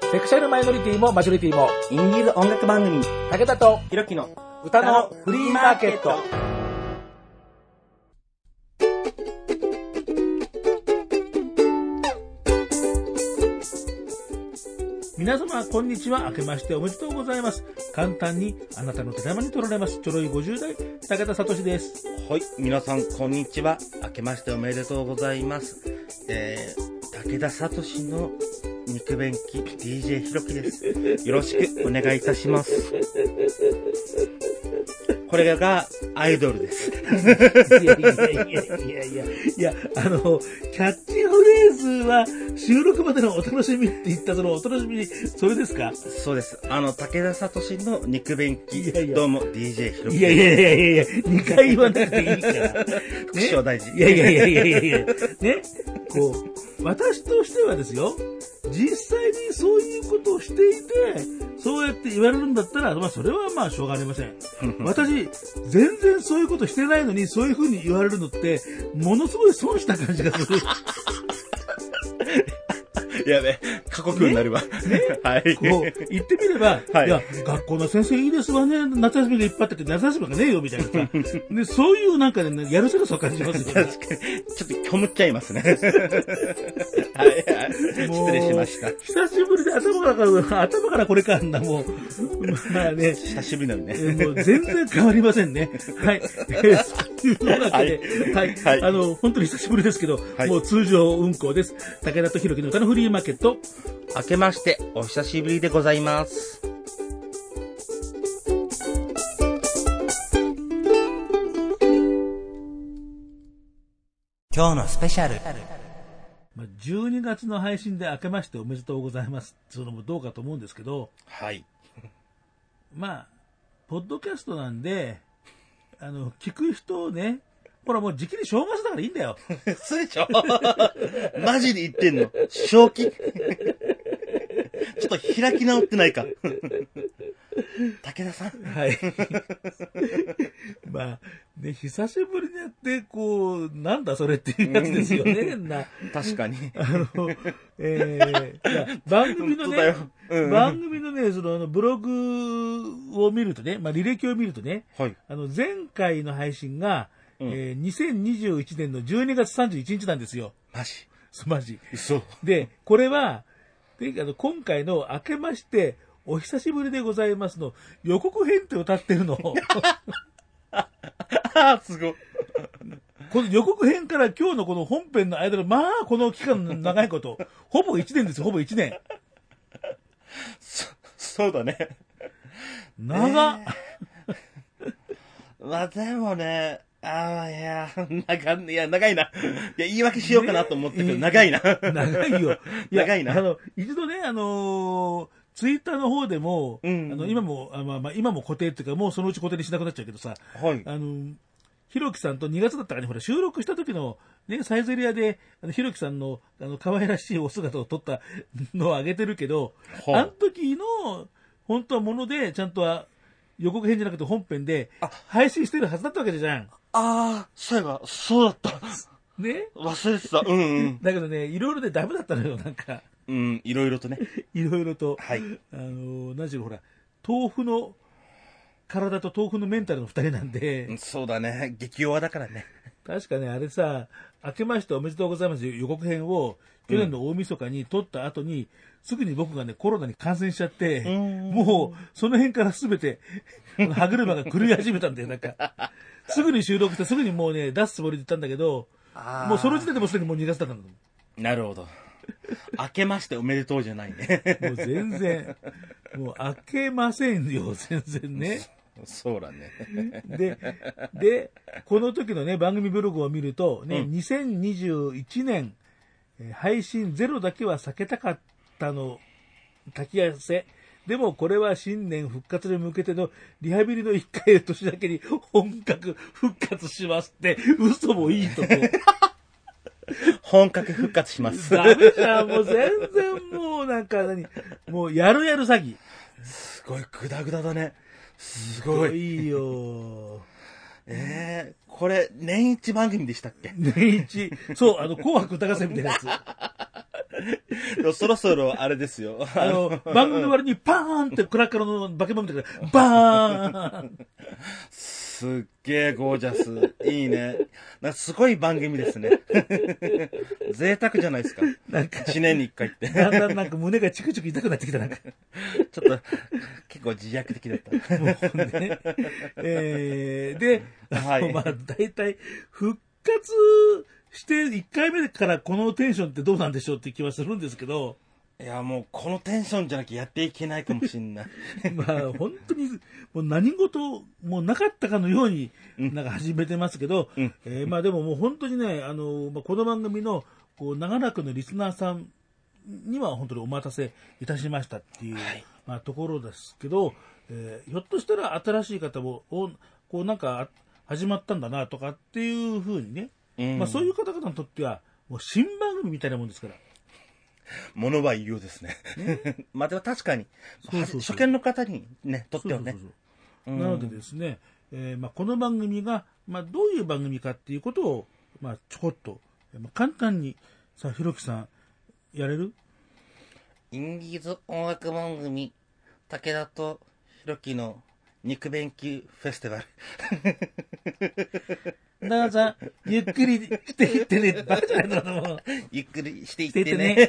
セクシャルマイノリティもマジョリティもインディーズ音楽番組武田とひろきの歌のフリーマーケット。皆様こんにちは。明けましておめでとうございます。簡単にあなたの手玉に取られますちょろい50代武田聡です。 はい、皆さんこんにちは。明けましておめでとうございます。武田聡の肉便器 DJ ひろきです。よろしくお願いいたします。これがアイドルです。 いや、キャッチフレーズは収録までのお楽しみって言ったそのお楽しみに、それですか？ そうです。武田聡の肉便器。どうも DJ ひろきです。 いや、2回言わなくていいから。 副賞大事。 いや。ね、こう、私としてはですよ、実際にそういうことをしていて、そうやって言われるんだったら、それはしょうがありません。私、全然そういうことしてないのに、そういう風に言われるのって、ものすごい損した感じがする。 やべ、過酷になるわ。ね、はい。 こう、言ってみれば、 はい、 いや、学校の先生いいですわね、夏休みがいっぱいあってて、夏休みがねえよ、みたいなさ。で、そういうなんかね、やるせなさを感じますよね。 確かに。ちょっと、こむっちゃいますね。はい。失礼しました。 久しぶりで頭からこれかんだ、もう。ね。 久しぶりなのね。 もう全然変わりませんね。はい。そういうわけで、はい。本当に久しぶりですけど、はい、もう通常運行です。武田とひろきの歌のフリーマーケット。 明けましてお久しぶりでございます。今日のスペシャル。 12月の配信で明けましておめでとうございますっていうのもどうかと思うんですけど、 はい。 ポッドキャストなんで、聞く人をね、ほらもう時期に正月だからいいんだよ。 そうでしょマジで言ってんの正気ちょっと開き直ってないか。武田さん。 はい。ね、久しぶりにやって、こう、なんだそれっていうやつですよね。 確かに。 番組のね、そのブログを見るとね、履歴を見るとね、 はい、 前回の配信が、2021年の12月31日なんですよ。マジ。 嘘。 で、これは、今回の明けまして、お久しぶりでございますの予告編って歌ってるの。 すごい。 この予告編から今日のこの本編の間の、この期間長いこと、ほぼ1年ですよ、ほぼ1年。 そうだね。 長っ。 でもね、長いな。言い訳しようかなと思ったけど、長いな。 長いよ。 長いな。 一度ね、ツイッターの方でも、今も固定っていうか、もうそのうち固定にしなくなっちゃうけどさ、 はい。 ひろきさんと2月だったかに、ほら、収録した時の、ね、サイゼリアで、ひろきさんの、可愛らしいお姿を撮ったのをあげてるけど、あの時の、本当はもので、ちゃんとは、予告編じゃなくて本編で、配信してるはずだったわけじゃん。 そういえば、そうだった。 ね、 忘れてた。 だけどね、いろいろでダメだったのよ、なんか。 いろいろとね。 いろいろと。 はい。 何しろほら、豆腐の体と豆腐のメンタルの二人なんで。 そうだね。激弱だからね。 確かね、あれさ、明けましておめでとうございます予告編を、去年の大晦日に撮った後に、すぐに僕がね、コロナに感染しちゃって、もう、その辺からすべて、歯車が狂い始めたんだよ、なんか。すぐに収録して、すぐにもうね、出すつもりで言ったんだけど、もうその時点でもすでにもう2月だったんだ。 なるほど。明けましておめでとうじゃないね。 もう全然、もう明けませんよ、全然ね。 そうだね。 で、この時のね、番組ブログを見ると、ね、2021年、配信ゼロだけは避けたかったの、書き合わせ。でもこれは新年復活に向けてのリハビリの1回の年だけに本格復活しますって、嘘もいいとこ。 本格復活します。 ダメじゃん、もう全然もうなんかもうやる詐欺。 すごいグダグダだね。 すごいよ。 これ、年一番組でしたっけ？ 年一。そう、紅白歌合戦みたいなやつ。 でもそろそろあれですよ。 番組の割にパーンってクラッカーの化け物みたいな、バーンすっげーゴージャス。いいね。なんかすごい番組ですね。贅沢じゃないですか。 なんか、 1年に1回って。 だんだんなんか胸がチクチク痛くなってきた、なんか。 ちょっと、結構自虐的だった。 もうね。で、 はいまあ、大体、復活して1回目からこのテンションってどうなんでしょうって気はするんですけど、 いや、もうこのテンションじゃなきゃやっていけないかもしれない。 まあ、本当に、もう何事もなかったかのように、なんか始めてますけど、まあでももう本当にね、まあ、この番組の、こう、長らくのリスナーさんには本当にお待たせいたしましたっていう、 はいまあ、ところですけど、ひょっとしたら新しい方も、こうなんか始まったんだなとかっていうふうにね、まあそういう方々にとっては、もう新番組みたいなもんですから。 ものは言うようですね。まあでも確かに、 そうそうそう初見の方にね、とってはねそう。そうそうなのでですね、まあ、この番組が、まあ、どういう番組かっていうことを、まあ、ちょこっと、まあ、簡単に、さあ、ひろきさん、やれる？ インディーズ音楽番組、武田とひろきの肉便器フェスティバル。 どうぞ、ゆっくりしていってね。バカじゃないのもう。 ゆっくりしていっしていっててね。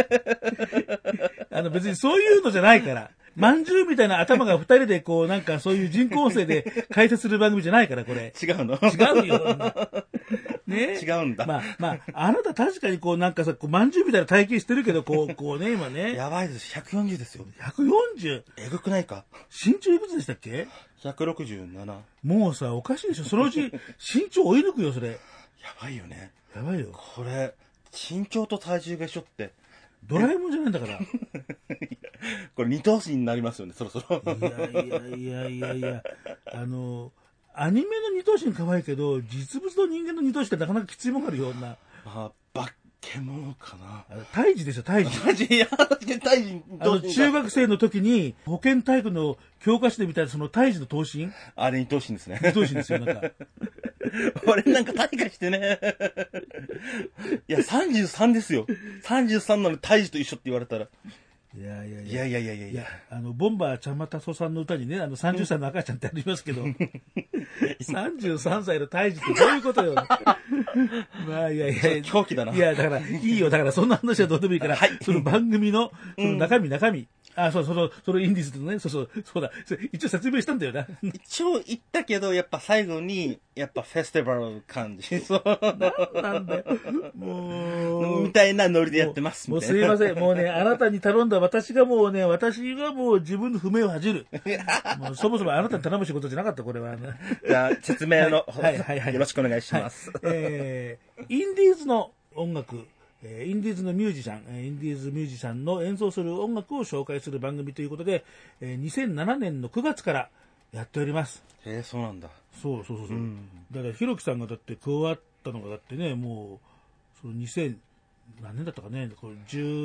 ね。別にそういうのじゃないから。まんじゅうみたいな頭が二人でこう、なんかそういう人工音声で解説する番組じゃないから、これ。 違うの？ 違うよ。ね。 違うんだ。 まあ、あなた確かにこう、なんかさ、こう、まんじゅうみたいな体型してるけど、こうね、今ね。 やばいです。140ですよ。 140。 えぐくないか？ 身長いくつでしたっけ？ 167。 もうさ、おかしいでしょ。そのうち、身長追い抜くよ、それ。 やばいよね。 やばいよ。 これ、身長と体重が一緒って。 ドラえもんじゃないんだから。 これ二頭身になりますよね、そろそろ。 いや。アニメの二頭身可愛いけど、実物の人間の二頭身ってなかなかきついもんがあるよ、女。 まあ、化け物かな。 胎児でしょ、胎児。 いや、体重中学生の時に保健体育の教科書で見たその胎児の頭身あれ二頭身ですね。 二頭身ですよ、なんか。 俺なんか大化してね。いや、33ですよ。33なのに胎児と一緒って言われたら。 いや。 いや。 ボンバーちゃんまたそさんの歌にね、30歳の赤ちゃんってありますけど、33歳の胎児ってどういうことよ。まあ、いや。 狂気だな。 いや、だから、いいよ。だから、そんな話はどうでもいいから、その番組の、その中身。そのインディーズのね、そうだ。一応説明したんだよな。 一応言ったけど、やっぱ最後に、やっぱフェスティバル感じ。そう。 なんだよ。もう。 みたいなノリでやってます。 もうすいません。もうね、あなたに頼んだ私がもう自分の不明を恥じる。もうそもそもあなたに頼む仕事じゃなかった、これは。 じゃあ、説明の、 はいよろしくお願いします。 インディーズの音楽、インディーズのミュージシャン、インディーズミュージシャンの演奏する音楽を紹介する番組ということで、2007年の9月からやっております。 そうなんだ。 そう。だから、ひろきさんがだって加わったのがだってね、もう、その2000、何年だったかね、これ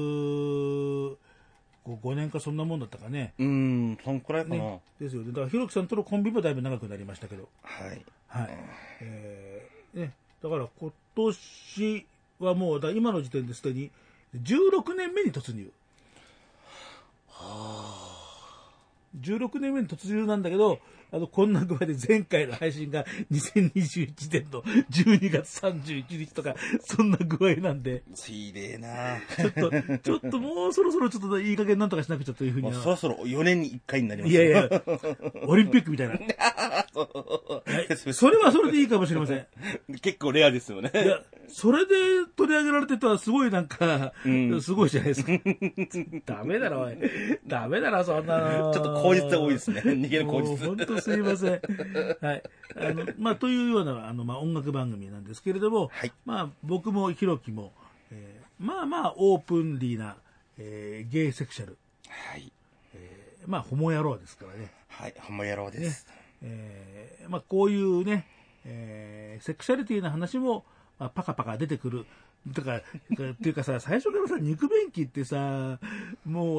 15年かそんなもんだったかね。 そんくらいかな。 ね、ですよね。だから、ひろきさんとのコンビもだいぶ長くなりましたけど。 はい。 ね、だから今年はもう、今の時点ですでに16年目に突入。16年目に突入なんだけど、こんな具合で前回の配信が2021年の12月31日とか、そんな具合なんで。 きれいなちょっともうそろそろちょっといい加減なんとかしなくちゃというふうには。 そろそろ4年に1回になります。 いや、オリンピックみたいな。それはそれでいいかもしれません。 結構レアですよね。 いや、それで取り上げられてたらすごいなんか、すごいじゃないですか。ダメだろ、おい。ダメだろ、そんなの。 ちょっと口実が多いですね。逃げる口実。 本当すいません。はい。というような、音楽番組なんですけれども、 はい、 僕もひろきも、オープンリーな、ゲイセクシャル。 はい。 ホモ野郎ですからね。 はい、ホモ野郎です。 こういうね、セクシャリティな話も、パカパカ出てくる。っていうかさ、最初からさ、肉便器ってさ、もう、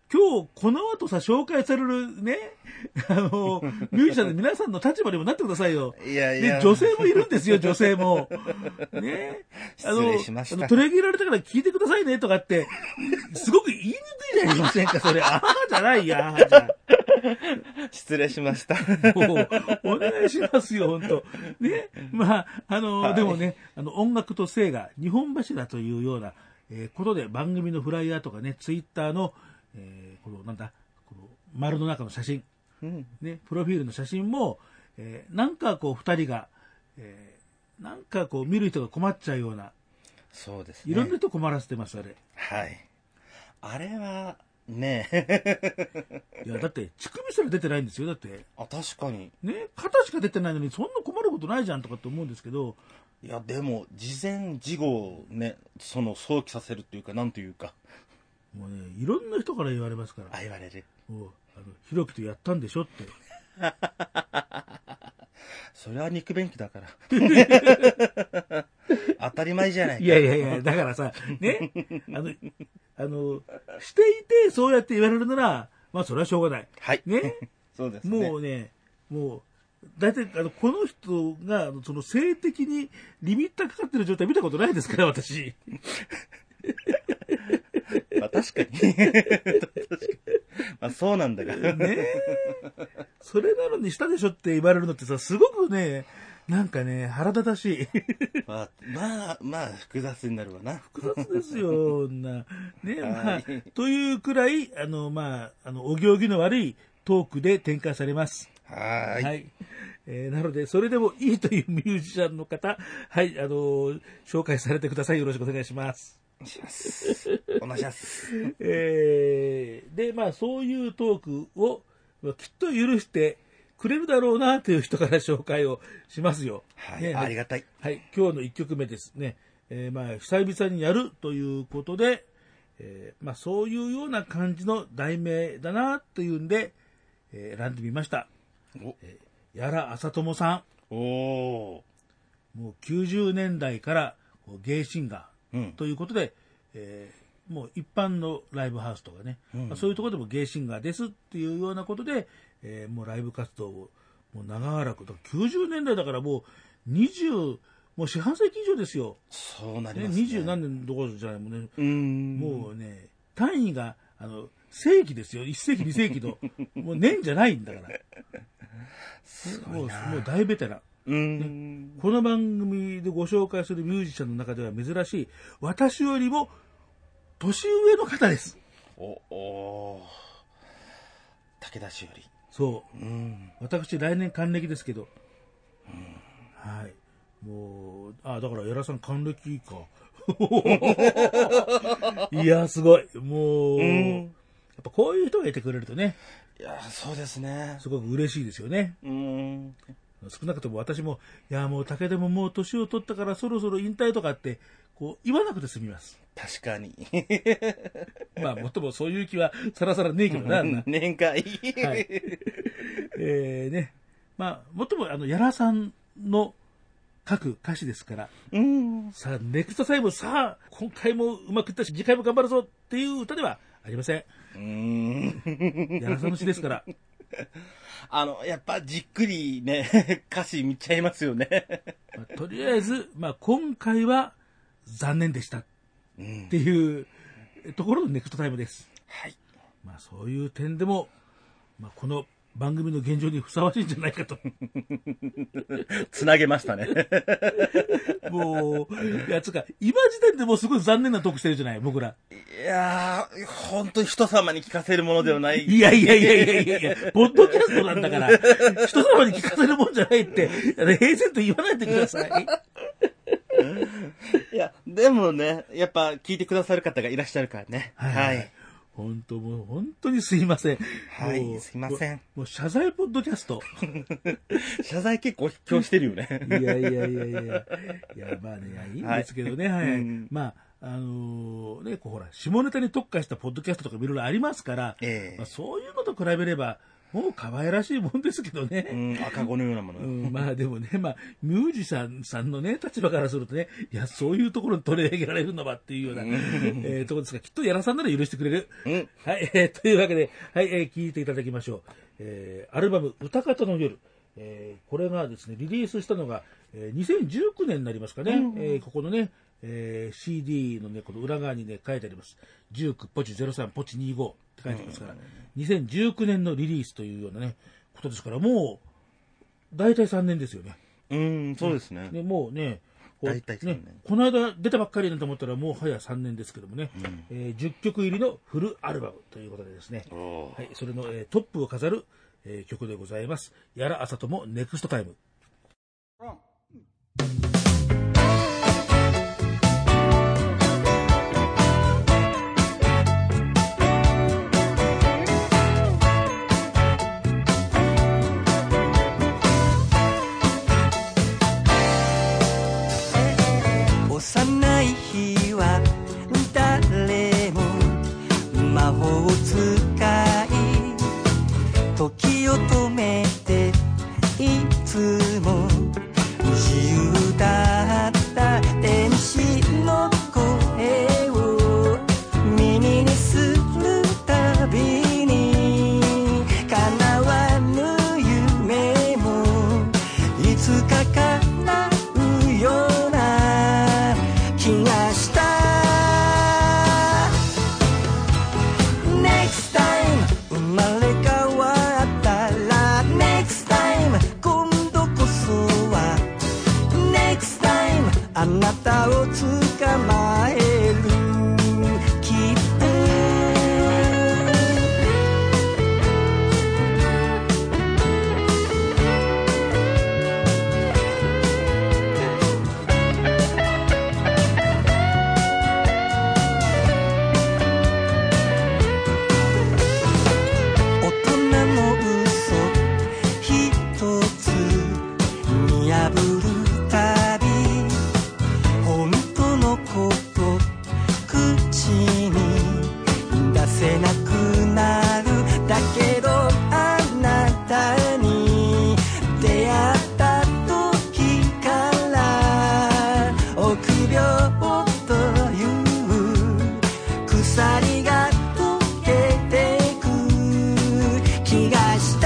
今日この後さ、紹介されるね、ミュージシャンの皆さんの立場にもなってくださいよ。 いやいや。 ね、女性もいるんですよ、女性も。ね。 失礼しました。 取り上げられたから聞いてくださいねとかって、すごく言いにくいじゃありませんか、それ。ああじゃないや、じゃ失礼しました。 もう、お願いしますよ、本当ね。まあ、はい、でもね、音楽と性が2本柱というような、ことで番組のフライヤーとかね、ツイッターの、この丸の中の写真、ね、プロフィールの写真も、なんかこう2人が、なんかこう見る人が困っちゃうような、 そうですね。 いろんな人困らせてます、あれ。 はい。あれは、ねいや、だって、乳首すら出てないんですよ、だって。 あ、確かに。 ね、肩しか出てないのに、そんな困ることないじゃんとかって思うんですけど、 いや、でも、事前事後をね、想起させるっていうか、なんというか。 もうね、いろんな人から言われますから。 あ、言われる。 もう、ひろきとやったんでしょって。 それは肉便器だから。当たり前じゃないか。 いやいやいや、だからさ、ね、していて、そうやって言われるなら、まあ、それはしょうがない。 はい。 ね。 そうですね。 もうね、大体、この人が、性的にリミッターかかってる状態見たことないですから、私。 まあ、確かに。確かに。まあ、そうなんだが。 ねそれなのにしたでしょって言われるのってさ、すごくね、なんかね、腹立たしい。 まあ、複雑になるわな。 複雑ですよ、ね、まあ、 はい、 というくらい、お行儀の悪いトークで展開されます。 はい。 はい。なので、それでもいいというミュージシャンの方、はい、紹介されてください。よろしくお願いします。 お願いします。お願いします。 で、まあ、そういうトークを、きっと許してくれるだろうなという人から紹介をしますよ。 はい、 ね、 ありがたい。 はい、今日の1曲目ですね。まあ、久々にやるということで、まあ、そういうような感じの題名だなというんで、選んでみました。屋良朝友さん。もう90年代からゲイシンガーということで、もう一般のライブハウスとかね、まあ、そういうところでもゲイシンガーですっていうようなことで、もうライブ活動をもう長らく、90年代だからもうもう四半世紀以上ですよ。 そうなりますね。 20何年どころじゃないもんね。もうね、単位が、世紀ですよ。1世紀、2世紀と。もう年じゃないんだから。もう大ベテラン。この番組でご紹介するミュージシャンの中では珍しい、私よりも年上の方です。 武田しおり。 そう。私、来年還暦ですけど。はい。もう、だから、屋良さん還暦か。いや、すごい。もう、やっぱこういう人がいてくれるとね。 いや、そうですね。 すごく嬉しいですよね。少なくとも私も、いや、もう武田ももう年を取ったからそろそろ引退とかって、言わなくて済みます。 確かに。 まあ、もっともそういう気はさらさらねえけどな。 年会。 はい。ね。まあ、もっとも、屋良さんの書く歌詞ですから、さあ、ネクストタイム、さあ、今回もうまくいったし、次回も頑張るぞっていう歌ではありません。屋良さんの詩ですから。 やっぱじっくりね、歌詞見ちゃいますよね。 まあ、とりあえず、まあ、今回は残念でしたっていうところのネクストタイムです。 はい。 まあ、そういう点でも、まあ、この番組の現状にふさわしいんじゃないかと。 つなげましたね。 もう、今時点でもうすごい残念なトークしてるじゃない、僕ら。 いやー、本当に人様に聞かせるものではない。 いや、ポッドキャストなんだから、人様に聞かせるもんじゃないって、平然と言わないでください。 いや、でもね、やっぱ聞いてくださる方がいらっしゃるからね。はい。 本当にすいません。 はい、すいません。 もう謝罪ポッドキャスト。 謝罪結構今日してるよね。 いや、まあね、いいんですけどね、はい。まあ、ね、ほら、下ネタに特化したポッドキャストとかいろいろありますから、まあ、そういうのと比べれば、 もう可愛らしいもんですけどね。 うん、赤子のようなもの。 まあでもね、ミュージシャンさんのね、立場からするとね、いや、そういうところに取り上げられるのはっていうような、ところですが、きっとやらさんなら許してくれる。はい、というわけで、はい、聞いていただきましょう。アルバム、歌方の夜。これがですね、リリースしたのが、2019年になりますかね。ここのね、CD のね、この裏側にね、書いてあります。19ポチ03ポチ25って書いてますから、2019年のリリースというようなね、ことですから、もう、大体3年ですよね。 そうですね。 でもうね、 大体3年、 この間出たばっかりなんて思ったら、もう早3年ですけどもね、10曲入りのフルアルバムということでですね、はい、それの、トップを飾る、曲でございます。やらあさともネクストタイム。 幼い日は誰も魔法を使い時を止めていつも自由だった天使の声を耳にするたびに叶わぬ夢もいつか叶うような気がした。 Next time 生まれ変わったら Next time 今度こそは Next time あなたを捕まえるきっと。大人の嘘一つ見破るたび本当のこと口に出せなくなる。だけどあなたに出会った時から臆病という鎖が溶けてく気がした。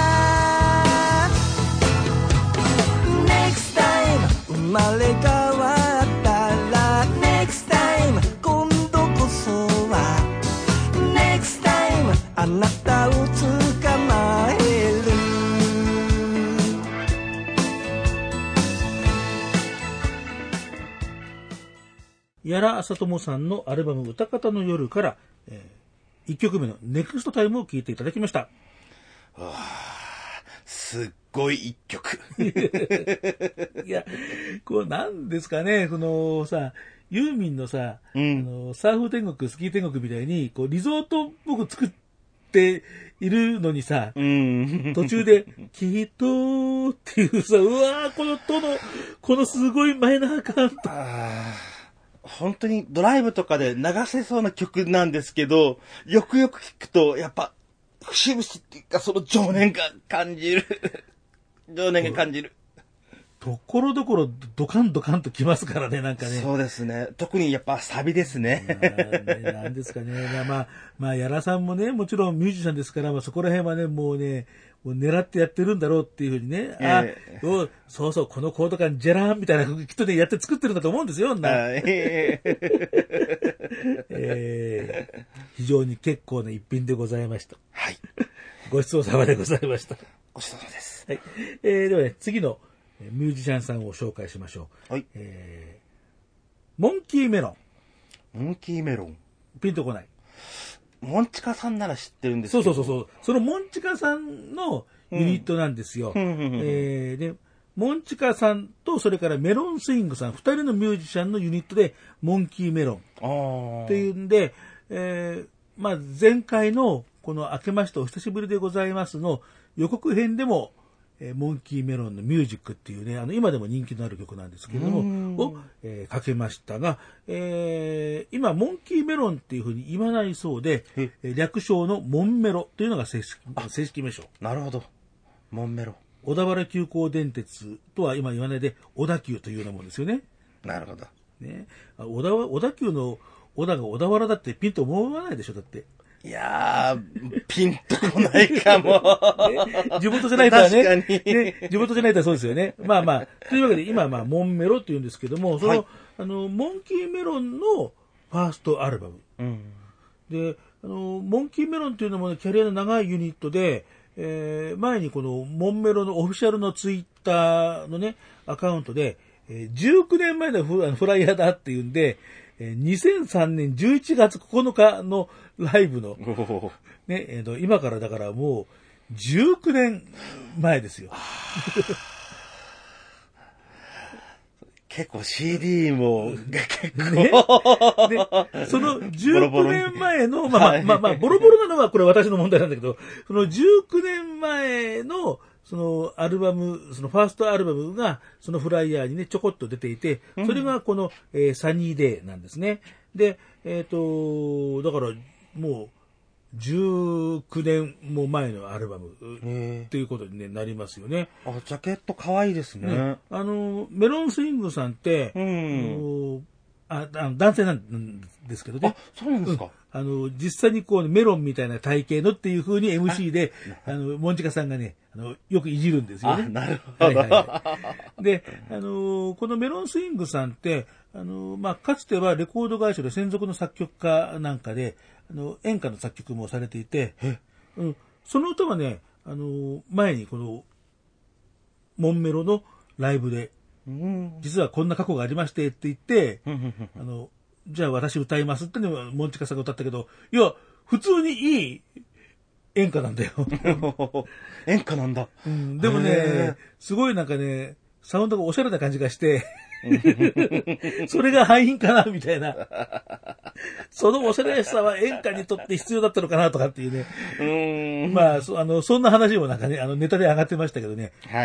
Next time 生まれ変わったら Next time 今度こそは Next time あなたを捕まえる。 やらあさともさんのアルバム歌方の夜から、1曲目のネクストタイムを聴いていただきました。 すっごい一曲。 いや、こうなんですかね、このさ、ユーミンのさ、サーフ天国、スキー天国みたいに、こうリゾートっぽく作っているのにさ、途中で、きっとっていうさ、うわー、このとの、このすごいマイナー感と。 本当にドライブとかで流せそうな曲なんですけど、よくよく聞くと、やっぱ、節々っていうか、その情念が感じる。情念が感じる。 ところどころドカンドカンときますからね、なんかね。 そうですね。特にやっぱサビですね。 なんですかね。まあ、やらさんもね、もちろんミュージシャンですから、そこら辺はね、もうね、もう狙ってやってるんだろうっていうふうにね、そうそう、このコード感、ジェラーンみたいな、きっとね、やって作ってるんだと思うんですよ、非常に結構な一品でございました。 はい。 ごちそうさまでございました。 ごちそうさまです。 はい。ではね、次のミュージシャンさんを紹介しましょう。 はい。 モンキーメロン。 モンキーメロン。 ピンとこない。 モンチカさんなら知ってるんですけど。 そう。そのモンチカさんのユニットなんですよ。で、モンチカさんと、それからメロンスイングさん、2人のミュージシャンのユニットで、モンキーメロン。っていうんで、まあ、前回の、この明けましてお久しぶりでございますの予告編でも、 モンキーメロンのミュージックっていうね、今でも人気のある曲なんですけれども、を、かけましたが、今、モンキーメロンっていうふうに言わないそうで、略称のモンメロというのが正式名称。 なるほど。モンメロ。 小田原急行電鉄とは今言わないで、小田急というようなもんですよね。 なるほど。 ね、小田急の小田が小田原だってピンと思わないでしょ、だって。 いやー、ピンとこないかも。 地元じゃないとはね。 確かにね。地元じゃないとはそうですよね。まあまあ。というわけで、今、モンメロって言うんですけども、モンキーメロンのファーストアルバム。で、モンキーメロンっていうのも、ね、キャリアの長いユニットで、前にこのモンメロのオフィシャルのツイッターのね、アカウントで、19年前のフライヤーだっていうんで、2003年11月9日のライブの、ね、今からだからもう19年前ですよ。 結構 CD も、結構、 ね。で、その19年前の、まあ、ボロボロなのはこれ私の問題なんだけど、その19年前の、そのアルバム、そのファーストアルバムが、そのフライヤーにね、ちょこっと出ていて、それがこの、サニーデーなんですね。で、だから、もう、19年も前のアルバムっていうことに、ね、なりますよね。 あ、ジャケット可愛いですね。 メロンスイングさんって、男性なんですけどね。 あ、そうなんですか。 実際にこう、メロンみたいな体型のっていう風に MC で、モンチカさんがね、よくいじるんですよね。 なるほど。 で、このメロンスイングさんって、かつてはレコード会社で専属の作曲家なんかで、演歌の作曲もされていて、その歌がね、前にこの、モンメロのライブで、実はこんな過去がありましてって言って、じゃあ私歌いますってのはモンチカさんが歌ったけど、いや、普通にいい演歌なんだよ。 演歌なんだ。 でもね、すごいなんかね、サウンドがおしゃれな感じがして、それが敗因かな、みたいな。そのおしゃれさは演歌にとって必要だったのかな、とかっていうね。まあ、そんな話もなんかね、ネタで上がってましたけどね。 はい。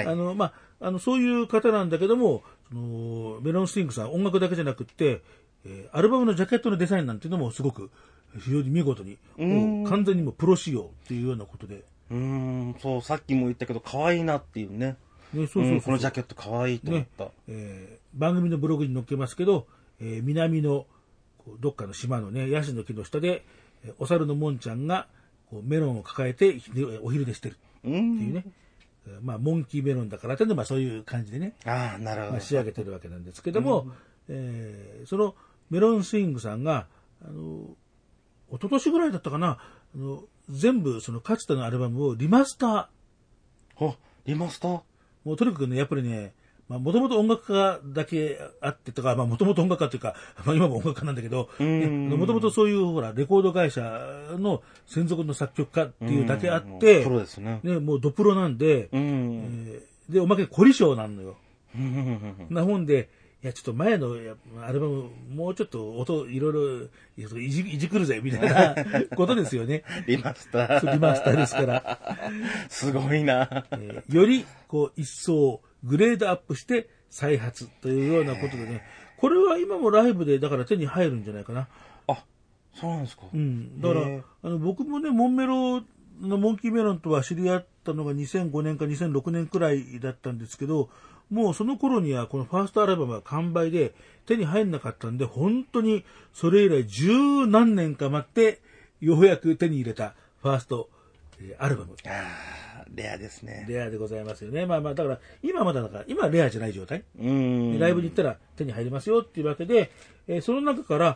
そういう方なんだけども、メロンスイングさん、音楽だけじゃなくって、アルバムのジャケットのデザインなんていうのもすごく、非常に見事に、もう完全にもプロ仕様っていうようなことで。 そう、さっきも言ったけど、可愛いなっていうね。このジャケット可愛いと思った。 番組のブログに載っけますけど、南のどっかの島のね、ヤシの木の下で、お猿のもんちゃんがこうメロンを抱えてお昼寝してるっていうね。モンキーメロンだからっていうのはそういう感じでね、 なるほど。 仕上げてるわけなんですけども、そのメロンスイングさんが、一昨年ぐらいだったかな、全部そのかつてのアルバムをリマスター。 リマスターもうとにかくね、やっぱりね、もともと音楽家だけあってとか、もともと音楽家っていうか、今も音楽家なんだけど、もともとそういうほら、レコード会社の専属の作曲家っていうだけあって、 プロですね。 もうドプロなんで、で、おまけ凝り性なんのよ。なもんで、いや、ちょっと前のアルバム、もうちょっと音、いろいろいじくるぜ、みたいなことですよね。 リマスター。 リマスターですから。 すごいな。 より、こう、一層、グレードアップして再発というようなことでね、これは今もライブでだから手に入るんじゃないかな。 そうなんですか。 だから僕もね、モンメロのモンキーメロンとは知り合ったのが2005年か2006年くらいだったんですけど、もうその頃にはこのファーストアルバムは完売で手に入んなかったんで、本当にそれ以来十何年か待ってようやく手に入れたファーストアルバム。 レアですね。 レアでございますよね。だから今はレアじゃない状態。ライブに行ったら手に入りますよっていうわけで、その中から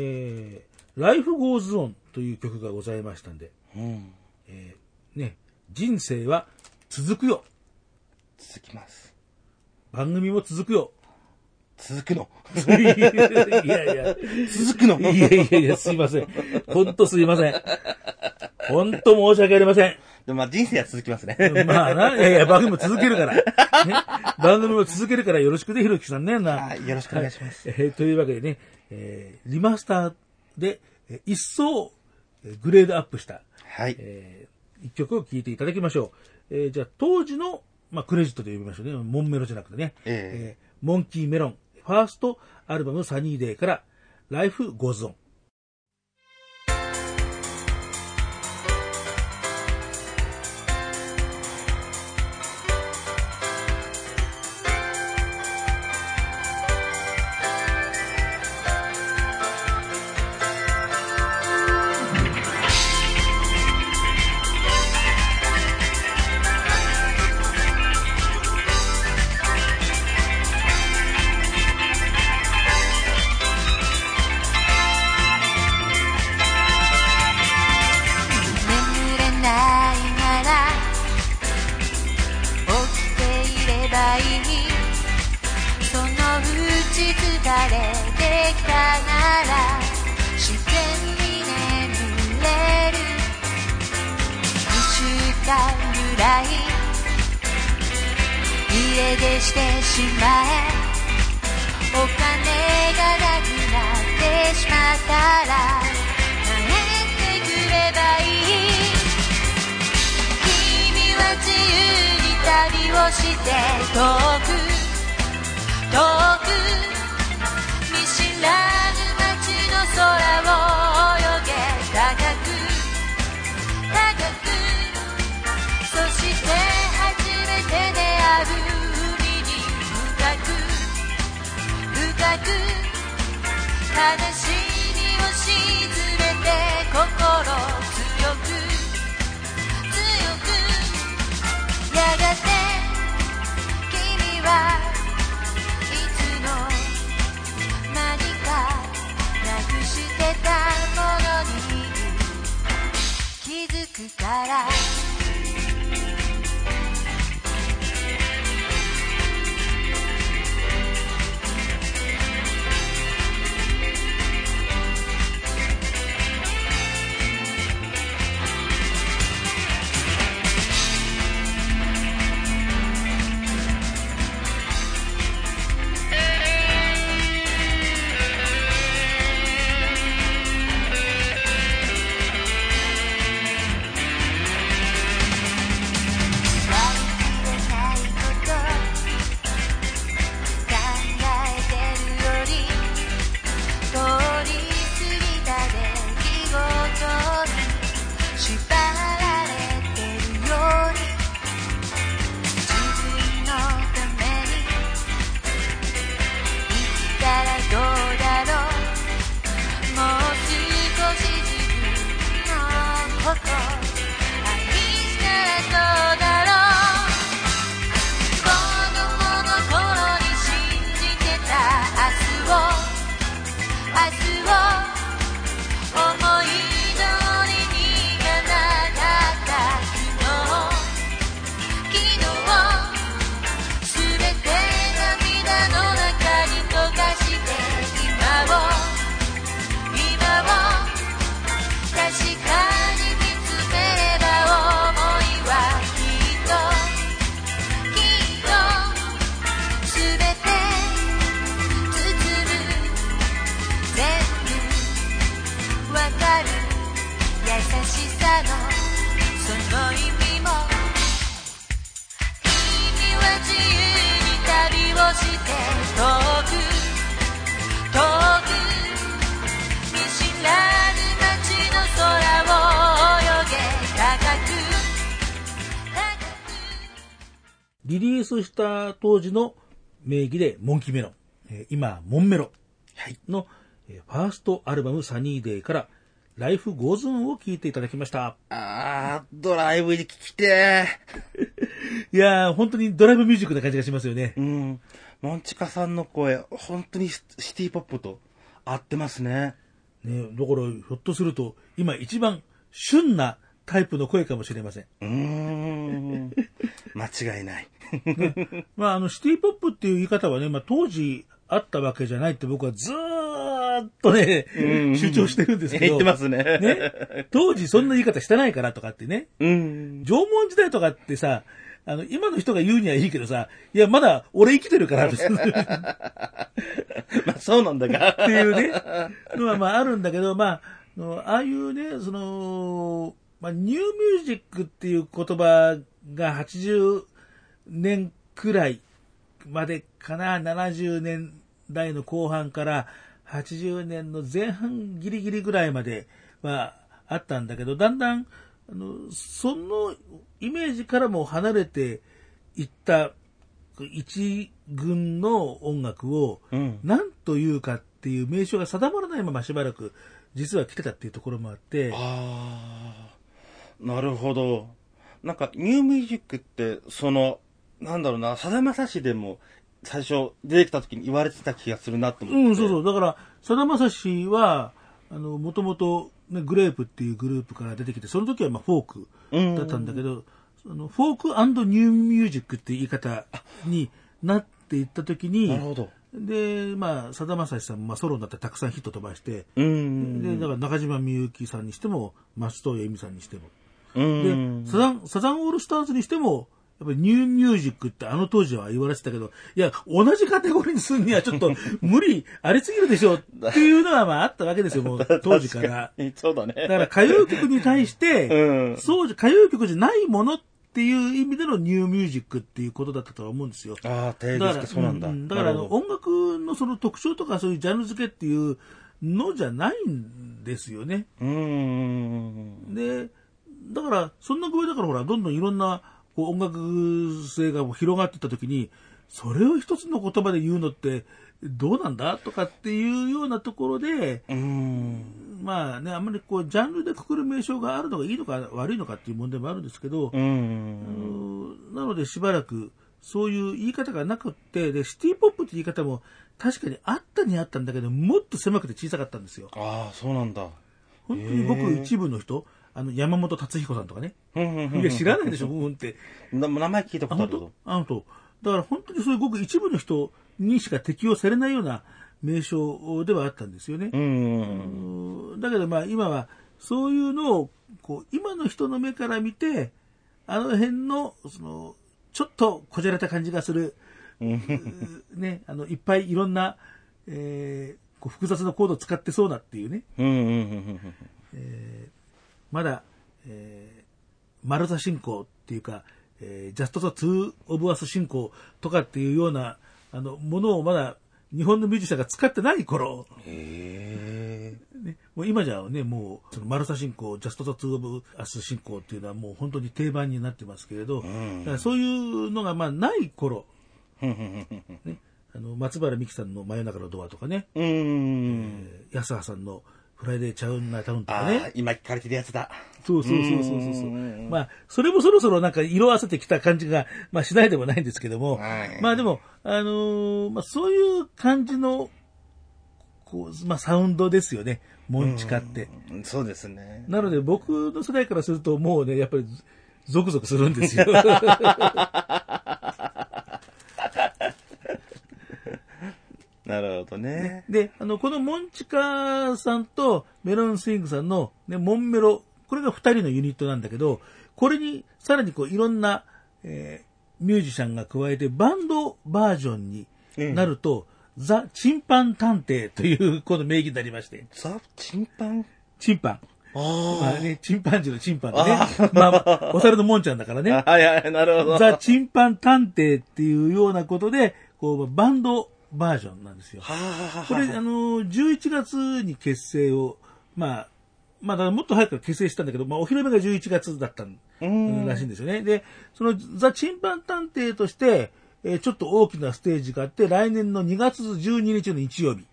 、Life Goes On という曲がございましたんで、人生は続くよ。 続きます。 番組も続くよ。 続くのいや、 続くのいや、すいません。ほんとすいません。ほんと申し訳ありません。 でも人生は続きますね。 いや、番組も続けるから。ね、番組も続けるからよろしくね、ひろきさんね。 よろしくお願いします。 というわけでね、リマスターで、一層、グレードアップした、一曲を聴いていただきましょう。じゃあ、当時のまあ、クレジットで呼びましょうね。モンメロじゃなくてね。モンキーメロン、ファーストアルバムサニーデーから、Life Goes On。 家出してしまえ、お金がなくなってしまったら帰ってくればいい。君は自由に旅をして遠く遠く見知らぬ街の空を泳げ、高く高く、そして初めて出会う深く悲しみを沈めて心強く強く、やがて君はいつの何かなくしてたものに気づくから。 リリースした当時の名義でモンキーメロン、今モンメロの、ファーストアルバムサニーデーからライフゴーズンを聴いていただきました。 ドライブに聴きてー。いやー、本当にドライブミュージックな感じがしますよね。 モンチカさんの声、本当にシティポップと合ってますね。 ね、だからひょっとすると今一番旬なタイプの声かもしれません。 間違いない。 まあ、シティポップっていう言い方はね、まあ、当時あったわけじゃないって僕はずーっとね、主張してるんですけど。 言ってますね。 ね。当時そんな言い方してないからとかってね。縄文時代とかってさ、今の人が言うにはいいけどさ、いや、まだ俺生きてるからまあ、そうなんだが。 っていうね、のはまああるんだけど、まあ、ああいうね、まあ、ニューミュージックっていう言葉が80 年くらいまでかな、70年代の後半から80年の前半ギリギリぐらいまではあったんだけど、だんだんそのイメージからも離れていった一軍の音楽を何というかっていう名称が定まらないまましばらく実は来てたっていうところもあって。 ああ、なるほど。なんかニューミュージックってなんだろうな、さだまさしでも最初出てきた時に言われてた気がするなと思って。 うん、そうそう。だからさだまさしはもともとグレープっていうグループから出てきて、その時はまあフォークだったんだけど、フォーク&ニューミュージックっていう言い方になっていった時に、 なるほど。 で、まあ、さだまさしさんもソロになってたくさんヒット飛ばして、 で、 だから中島みゆきさんにしても、松任谷由実さんにしても、で、サザンオールスターズにしても、やっぱりニューミュージックって当時は言われてたけど、いや、同じカテゴリーにするにはちょっと無理ありすぎるでしょっていうのはまああったわけですよ、もう当時から。 そうだね。 だから歌謡曲に対して、歌謡曲じゃないものっていう意味でのニューミュージックっていうことだったとは思うんですよ。 ああ、定義してそうなんだ。 だから音楽のその特徴とかそういうジャンル付けっていうのじゃないんですよね。で、だからそんな具合だからほら、どんどんいろんな音楽性が広がっていった時に、それを一つの言葉で言うのってどうなんだとかっていうようなところで、まあね、あんまりこうジャンルでくくる名称があるのがいいのか悪いのかっていう問題もあるんですけど、なのでしばらくそういう言い方がなくって、でシティポップって言い方も確かにあったにあったんだけど、もっと狭くて小さかったんですよ。 ああ、そうなんだ。 本当にごく一部の人、山本達彦さんとかね。いや、知らないでしょ、って。 名前聞いたことあるぞ。 だから本当にそういうごく一部の人にしか適用されないような名称ではあったんですよね。だけどまあ今はそういうのをこう今の人の目から見て、あの辺のちょっとこじられた感じがする、ね、いっぱいいろんな、こう複雑なコードを使ってそうなっていうね。まだ、マルザ進行っていうか、ジャスト・ザ・ツー・オブ・アス進行とかっていうようなものをまだ日本のミュージシャンが使ってない頃、ね、もう今じゃね、もうそのマルサ進行、ジャスト・ザ・ツー・オブ・アス進行っていうのはもう本当に定番になってますけれど、だからそういうのがまあない頃、ね、松原美樹さんの真夜中のドアとかね、安葉さんのフライデーチャウンナイタウンとかね。 今聞かれてるやつだ。 そう。まあ、それもそろそろなんか色あせてきた感じが、まあしないでもないんですけども、まあでも、まあそういう感じの、こう、まあサウンドですよね、モンチカって。 そうですね。 なので僕の世代からするともうね、やっぱりゾクゾクするんですよ。 なるほどね。 で、このモンチカさんとメロンスイングさんの、ね、モンメロ、これが2人のユニットなんだけど、これにさらにこういろんな、ミュージシャンが加えてバンドバージョンになると、ザ・チンパン探偵というこの名義になりまして。 ザ・チンパンチンパン。まあね、チンパンジーのチンパンでね。まあ、お猿のモンちゃんだからね。 はい、なるほど。 ザ・チンパン探偵っていうようなことで、こう、バンドバージョンなんですよ。これ、11月に結成を、まあ、だからもっと早く結成したんだけど、まあ、お披露目が11月だったらしいんですよね。で、その、ザ・チンパン探偵として、ちょっと大きなステージがあって、来年の2月12日の日曜日、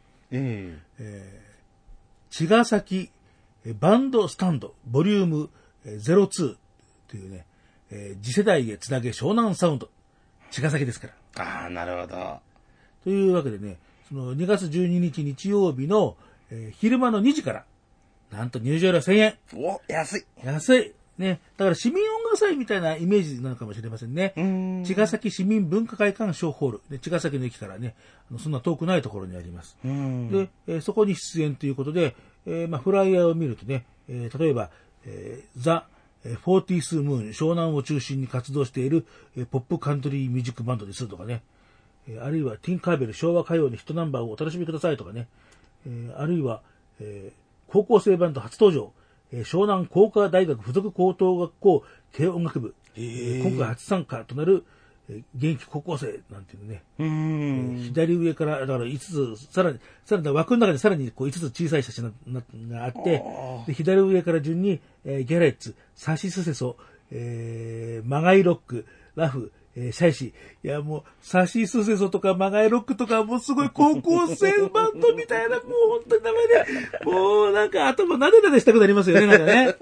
茅ヶ崎バンドスタンドボリューム02というね、次世代へつなげ湘南サウンド、茅ヶ崎ですから。 ああ、なるほど。 というわけでね、その2月12日日曜日の、昼間の2時から、なんと入場料1000円。 お、安い。 安い。ね。だから市民音楽祭みたいなイメージなのかもしれませんね。茅ヶ崎市民文化会館小ホール。で茅ヶ崎の駅からね、そんな遠くないところにあります。で、そこに出演ということで、まあ、フライヤーを見るとね、例えば、ザ・フォーティースムーン、湘南を中心に活動している、ポップカントリーミュージックバンドですとかね、あるいはティン・カーベル昭和歌謡のヒットナンバーをお楽しみくださいとかね、あるいは、高校生バンド初登場、湘南工科大学附属高等学校軽音楽部、今回初参加となる、 元気高校生なんていうね、左上から、だから5つ、さらに枠の中にさらにこう5つ小さい写真があって、で左上から順に、ギャレッツ、サシスセソ、マガイロック、ラフ、シャイシ。いや、もう、サシスセソとかマガイロックとか、もうすごい高校生バンドみたいな、もう本当に名前で、もうなんか頭なでなでしたくなりますよね、なんかね。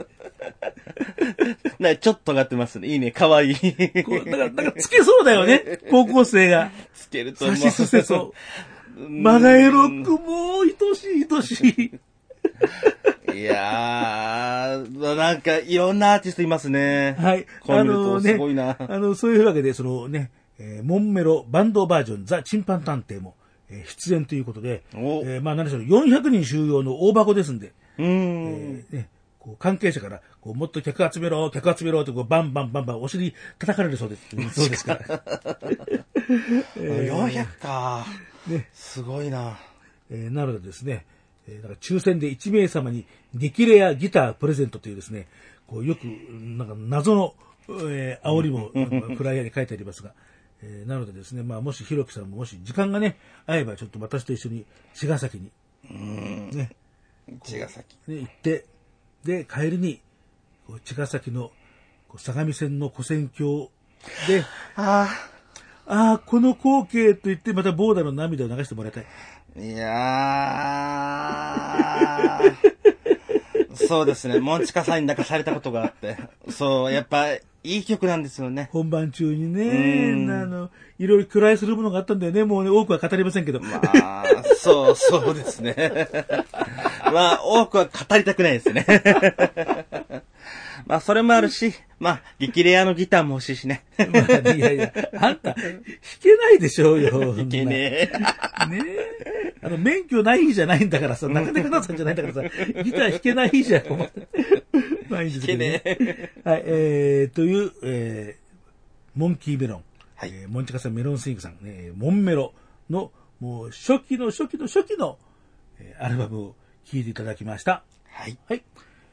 ちょっと上がってますね。いいね、かわいい。 なんかつけそうだよね、高校生が。 つけると思う。 サシスセソ。マガイロック、もう愛しい。 いやー、なんかいろんなアーティストいますね。 はい。 これ見るとすごいな。 そういうわけで、そのね、モンメロバンドバージョン、ザ・チンパン探偵も、出演ということで、まあ何でしょう、400人収容の大箱ですんで、ね、こう関係者からこうもっと客集めろってこうバンバンお尻叩かれるそうです。そうですから。 400か、 ね。 すごいな。 なのでですね、だから抽選で1名様に激レアギタープレゼントというですね、こうよくなんか謎の、煽りもフライヤーに書いてありますが、なのでですね、まあもしひろきさんももし時間がね合えばちょっと私と一緒に茅ヶ崎にね、 茅ヶ崎ね行って、で帰りにこう茅ヶ崎のこう相模線の跨線橋で、ああこの光景と言ってまたボーダの涙を流してもらいたい。 いやーそうですね、モンチカさんに泣かされたことがあって、そう、やっぱいい曲なんですよね。 本番中にね、いろいろ暗いするものがあったんだよね。もうね、多くは語りませんけど。 まあ、そうですね。まあ、多くは語りたくないですね。まあ、それもあるし、まあ、激レアのギターも欲しいしね。 まあ、いや、あんた、弾けないでしょうよ。 弾けねえ。 ねえ。免許ない日じゃないんだからさ、中手方さんじゃないんだからさ、ギター弾けない日じゃん。まあいいんですけどね。はい、という、モンキーメロン。はい。モンチカさんメロンスイングさん、モンメロの、もう、初期の、アルバムを聴いていただきました。 はい。 はい。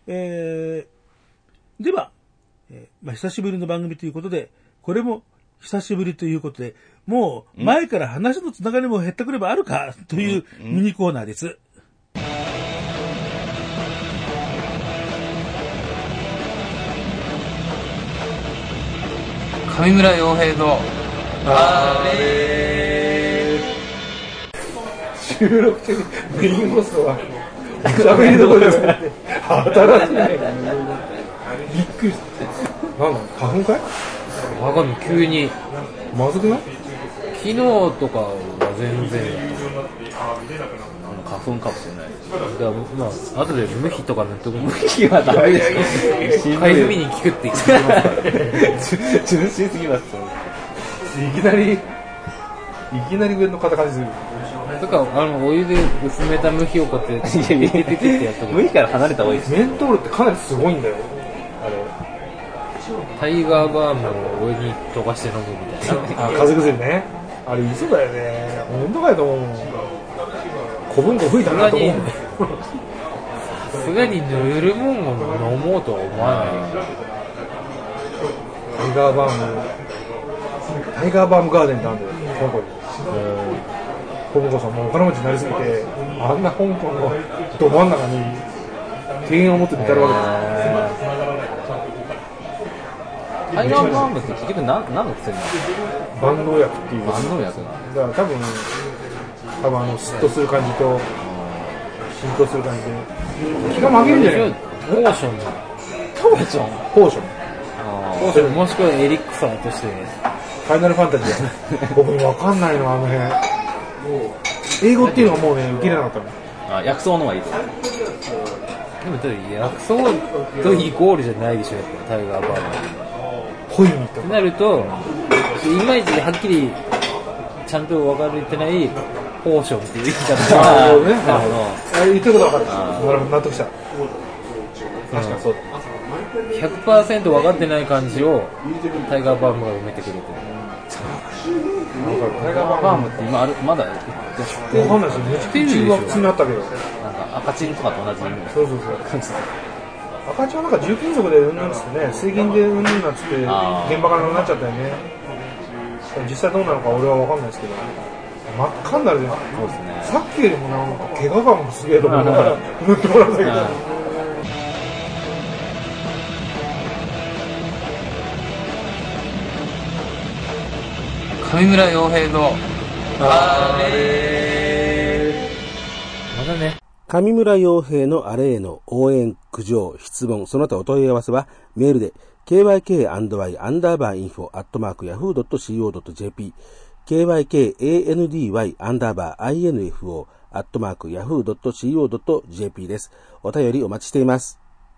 では、まあ、久しぶりの番組ということで、これも久しぶりということで、もう前から話のつながりも減ったくればあるかというミニコーナーです。 上村洋平のあれ収録中にメインホストは喋りどころですね。働きない。びっくりした。なんだ、花粉かい？ わかんない、急に。 まずくない？ 昨日とかは全然花粉かもしれない。だからまあ後で無比とか塗っとく。無比はダメですよ。かゆみに効くって言ってますから。 純粋すぎます。いきなり上の方感じする。 とかお湯で薄めた無比をこうやってピピピピってやっとく。 無比から離れた方がいいです。 メントールってかなりすごいんだよ。 タイガーバームを上に溶かして飲むみたいな。 あ、風邪薬ね。あれ嘘だよね。本当かよと思う。古文語吹いたなと思う。 さすがに塗るもんを飲もうとは思わない。 タイガーバームガーデンってあるんだよ、香港に。香港さんもお金持ちになりすぎて、あんな香港のど真ん中に庭園を持って至るわけですよ。 タイガーバームって結局何の薬なの？ 万能薬っていう。 万能薬だから多分スッとする感じと浸透する感じで気が負けるんじゃない？ ポーションもしくはエリクサーとしてファイナルファンタジー僕分かんないのあの辺英語っていうのがもうね受け入れなかったの。 薬草の方がいいと。 でも薬草とイコールじゃないでしょ、やっぱタイガーバームホイミとなるといまいちはっきりちゃんと分かれてないポーションっていう言い方が言ってること分かった。納得した。確かにそうだ。 100% 分かってない感じをタイガーバームが埋めてくれてる。 タイガーバームって今まだ分かんないですよ。めちゃくちゃ中学通にあったけど、 なんか赤チンとかと同じ意味。 そう赤チンはなんか重金属でうんぬんつってね、水銀でうんぬんなっつって現場からなっちゃったよね。 実際どうなのか俺は分かんないですけど、真っ赤になるじゃん。 そうですね。 さっきよりもなんか怪我感もすげえと思うから塗ってもらうんだけど。 上村洋平のまだね。 上村洋平のあれへの応援、苦情、質問、その他お問い合わせはメールで kyk_y_info@yahoo.co.jp kyky_info@yahoo.co.jp です。お便りお待ちしています。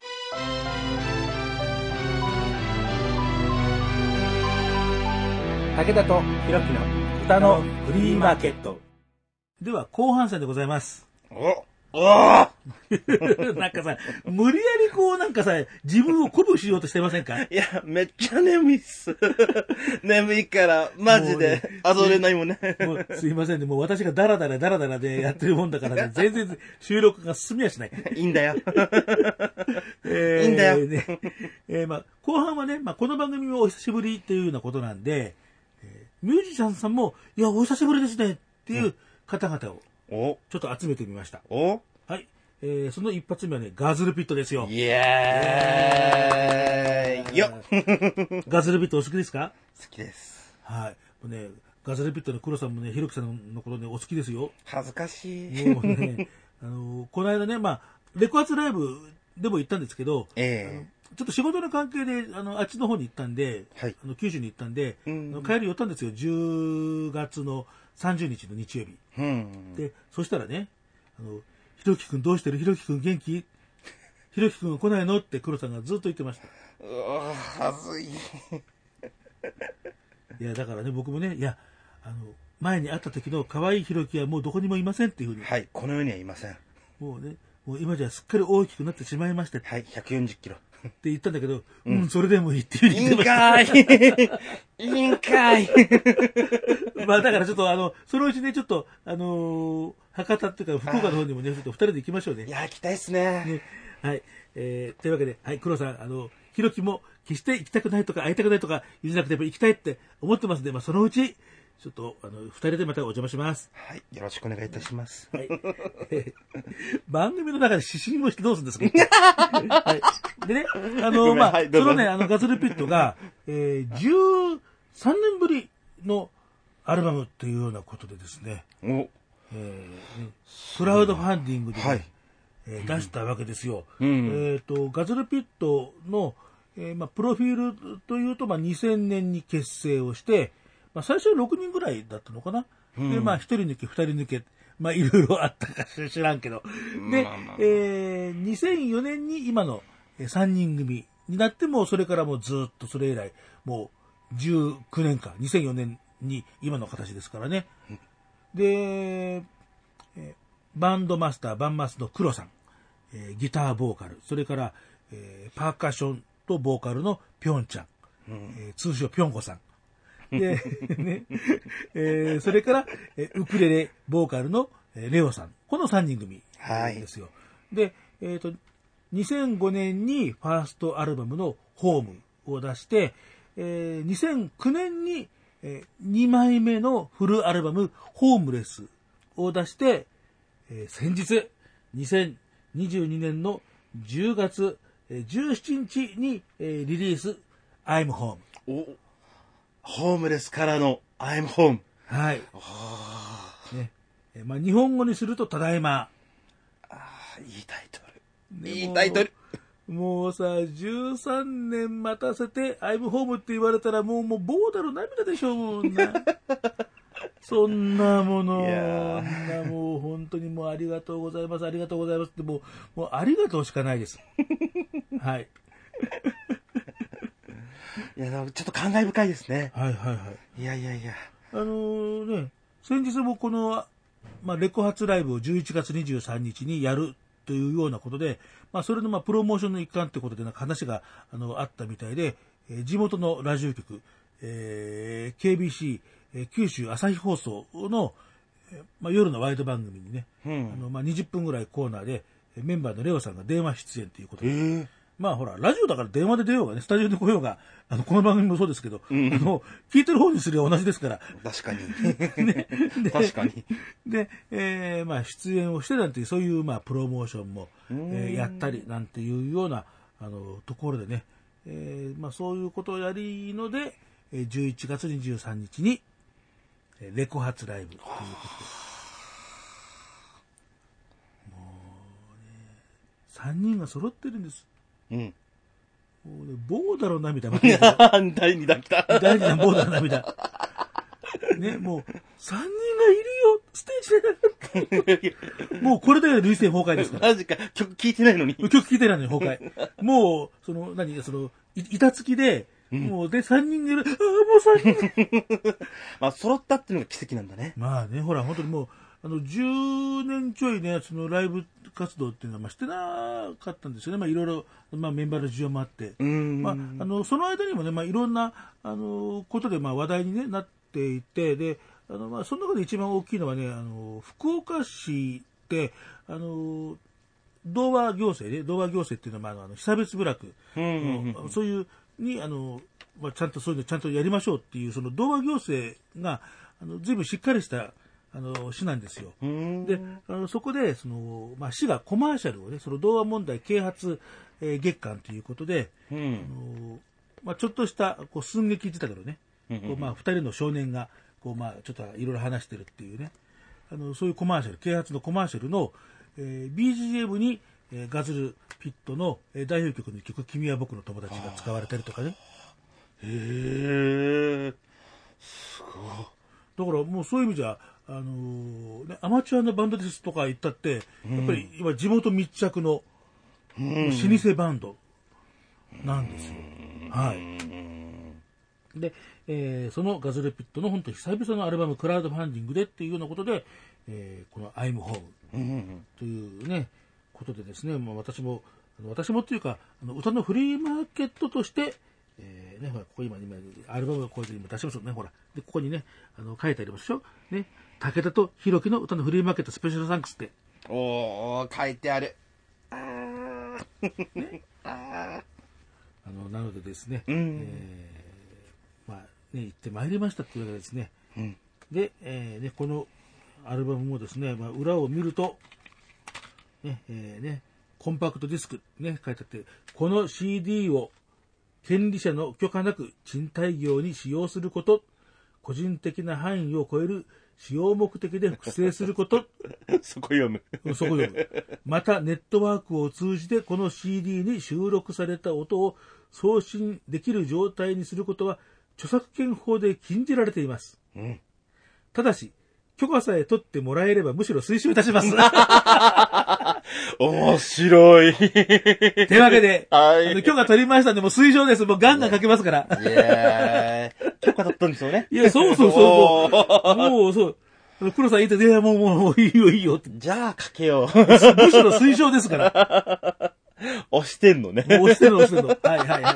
武田とひろきの歌のフリーマーケット。では後半戦でございます。なんかさ、無理やりこうなんかさ、自分を鼓舞しようとしてませんか？ いや、めっちゃ眠いっす。眠いから、マジで、アドレナリンもね。 もうすいませんね、もう私がダラダラでやってるもんだからね、全然収録が進みはしない。 いいんだよ。いいんだよ。 ね後半はね、この番組もお久しぶりというようなことなんで、ミュージシャンさんも、いや、お久しぶりですねっていう方々を、ちょっと集めてみました。はい。その一発目はね、ガズルピットですよ。 イエーイよガズルピットお好きですか？ 好きです。 はい。もうね、ガズルピットの黒さんもね、ひろきさんのことね、お好きですよ。 恥ずかしい。 もうね、この間ね、レコ発ライブでも行ったんですけど、ちょっと仕事の関係で、あっちの方に行ったんで、はい、九州に行ったんで、帰り寄ったんですよ。10月の30日の日曜日。で、そしたらね、ひろきくんどうしてる？ひろきくん元気？ひろきくんは来ないの？って黒さんがずっと言ってました。 はずい。 いや、だからね、僕もね、いや、前に会った時の可愛いひろきはもうどこにもいませんっていうふうに。 はい、この世にはいません。 もうね、もう今じゃすっかり大きくなってしまいまして。 はい、140キロ。 って言ったんだけど、それでもいいっていうふうに言ってました。 いいんかい。 だからちょっとそのうちね、ちょっと、博多っていうか、福岡の方にもね、ちょっと二人で行きましょうね。 いや、行きたいっすね。 はい。というわけで、はい、黒さん、ひろきも決して行きたくないとか会いたくないとか言うんじゃなくて、やっぱり行きたいって思ってますんで、そのうち、ちょっと、二人でまたお邪魔します。 はい。よろしくお願いいたします。 はい。番組の中で指針をしてどうするんですか？はい。でね、そのね、ガズルピットが、13年ぶりのアルバムっていうようなことでですね、クラウドファンディングで、ね出したわけですよ。ガズルピットの、プロフィールというと、2000年に結成をして、最初は6人ぐらいだったのかな。で、1人抜け、2人抜け、いろいろあったか知らんけど。で、2004年に今の3人組になっても、それからもうずっとそれ以来、もう19年間、2004年に今の形ですからね。で、バンドマスター、バンマスの黒さん、ギターボーカル、それから、パーカッションとボーカルのピョンちゃん、通称ピョンコさん。で、ね、それから、ウクレレボーカルのレオさん。この3人組ですよ。で、2005年にファーストアルバムのホームを出して、2009年に、2枚目のフルアルバムホームレスを出して、先日、2022年の10月17日に、リリース、I'm Home。 ホームレスからの I'm Home。 はい。ね、日本語にするとただいま。 いいタイトル。いいタイトル。 もうさ、13年待たせて I'm Home って言われたらもうボーダル涙でしょうもんな。そんなもの、もう本当にもうありがとうございます、ありがとうございますってもうありがとうしかないです。はい。 いや、ちょっと感慨深いですね。 はい。 いや。 ね、先日もこの、レコ発ライブを11月23日にやるというようなことで、それのプロモーションの一環ということで話があったみたいで、地元のラジオ局、KBC、九州朝日放送の、夜のワイド番組にね、20分ぐらいコーナーでメンバーのレオさんが電話出演ということで、 まあほら、ラジオだから電話で出ようがね、スタジオで来ようが、この番組もそうですけど、聞いてる方にすれば同じですから。 確かに。 ね、 確かに。 で、まあ出演をしてなんていう、そういう、まあプロモーションも、やったりなんていうような、ところでね、まあそういうことをやりので、11月23日に、レコ発ライブということで。3人が揃ってるんです。 うん。 もうね、ボーダの涙第2弾来た。 第2弾ボーダの涙。ね、もう、3人がいるよステージでもうこれだけで涙腺崩壊ですから。 マジか、曲聴いてないのに。 曲聴いてないのに崩壊。もう、板付きで、もう、で、3人いる。ああ、もう3人。 まあ、揃ったっていうのが奇跡なんだね。 まあね、ほら、本当にもう、10年ちょいね、そのライブ活動っていうのは、まあ、してなかったんですよね。まあ、いろいろ、まあ、メンバーの事情もあって。まあ、その間にもね、まあ、いろんな、ことで、まあ、話題に、ね、なっていて、で、まあ、その中で一番大きいのはね、福岡市って、童話行政ね、童話行政っていうのは、まあ、被差別部落、そういう、に、まあ、ちゃんとそういうのちゃんとやりましょうっていう、その童話行政が、随分しっかりした、市なんですよ。で、そこで、まあ、市がコマーシャルをね、その童話問題啓発、月間ということで、まあ、ちょっとした、こう、寸劇言ってたけどね、こうまあ、二人の少年が、こう、まあ、ちょっといろいろ話してるっていうね、そういうコマーシャル、啓発のコマーシャルの、BGM に、ガズルピットの代表曲の曲、君は僕の友達が使われたりとかね。 へえ、すごい。 だからもうそういう意味じゃ、ね、アマチュアのバンドですとか言ったって、やっぱり今地元密着の老舗バンドなんですよ。はい。で、そのガズルピットの本当に久々のアルバムクラウドファンディングでっていうようなことで、この I'm Home というね、ことでですね、まあ、私もっていうか、歌のフリーマーケットとして、ね、ほら、ここ今、アルバムがこうやって今出しますよね、ほら。で、ここにね、書いてありますでしょ。ね、武田と弘樹の歌のフリーマーケットスペシャルサンクスって。 おー、書いてある。 ね、なのでですね、まあ、ね、行ってまいりましたっていうわけですね。で、ね、このアルバムもですね、まあ、裏を見ると、ね、コンパクトディスク、ね、書いてあって、この CD を権利者の許可なく賃貸業に使用すること、個人的な範囲を超える使用目的で複製すること、 そこ読む。 そこ読む。また、ネットワークを通じてこの CD に収録された音を送信できる状態にすることは、著作権法で禁じられています。ただし、許可さえ取ってもらえればむしろ推奨いたします。 面白い。 というわけで、許可取りましたんで、もう推奨です。もうガンガン書けますから。 いやー、許可取ったんですよね。 いや、そう。もう、そう。黒さん言って、いや、もういいよ、いいよって。 じゃあ書けよう。 むしろ推奨ですから。 押してんのね。 押してんの。はい。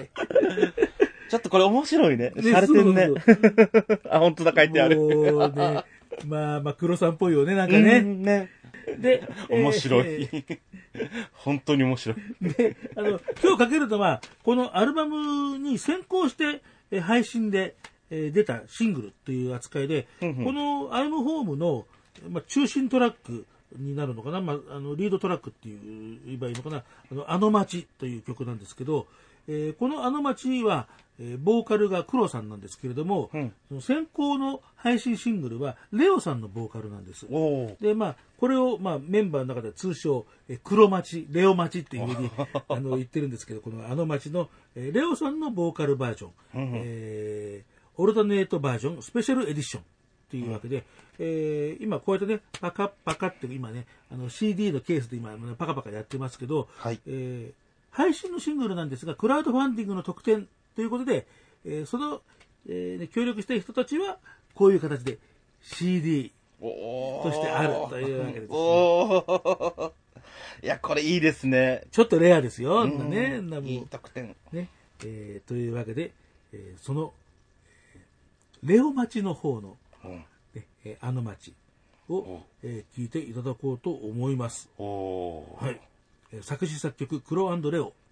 ちょっとこれ面白いね。されてんね。あ、本当だ、書いてある。 もうね、まあ、黒さんっぽいよね、なんかね。 ね。 で、 面白い。本当に面白い。 で、今日かけるとは、このアルバムに先行して配信で出たシングルという扱いで、この I'm Home の、まあ、中心トラックになるのかな、まあ、リードトラックっていう言えばいいのかな、あの街という曲なんですけど、このあの街は、ボーカルが黒さんなんですけれども、その先行の配信シングルはレオさんのボーカルなんです。で、まあ、これを、まあ、メンバーの中では通称、黒町、レオ町っていうふうに言ってるんですけど、このあの町の、レオさんのボーカルバージョン、オルタネートバージョン、スペシャルエディションというわけで、今こうやってね、パカパカって今ね、CD のケースで今、パカパカやってますけど、配信のシングルなんですが、クラウドファンディングの特典ということで、その、協力した人たちは、こういう形で CD としてあるというわけです、ね。 いや、これいいですね。 ちょっとレアですよ。ね、 いい特典。 ね、というわけで、その、レオ町の方の、あの町を、聞いていただこうと思います。はい。作詞作曲、黒&レオ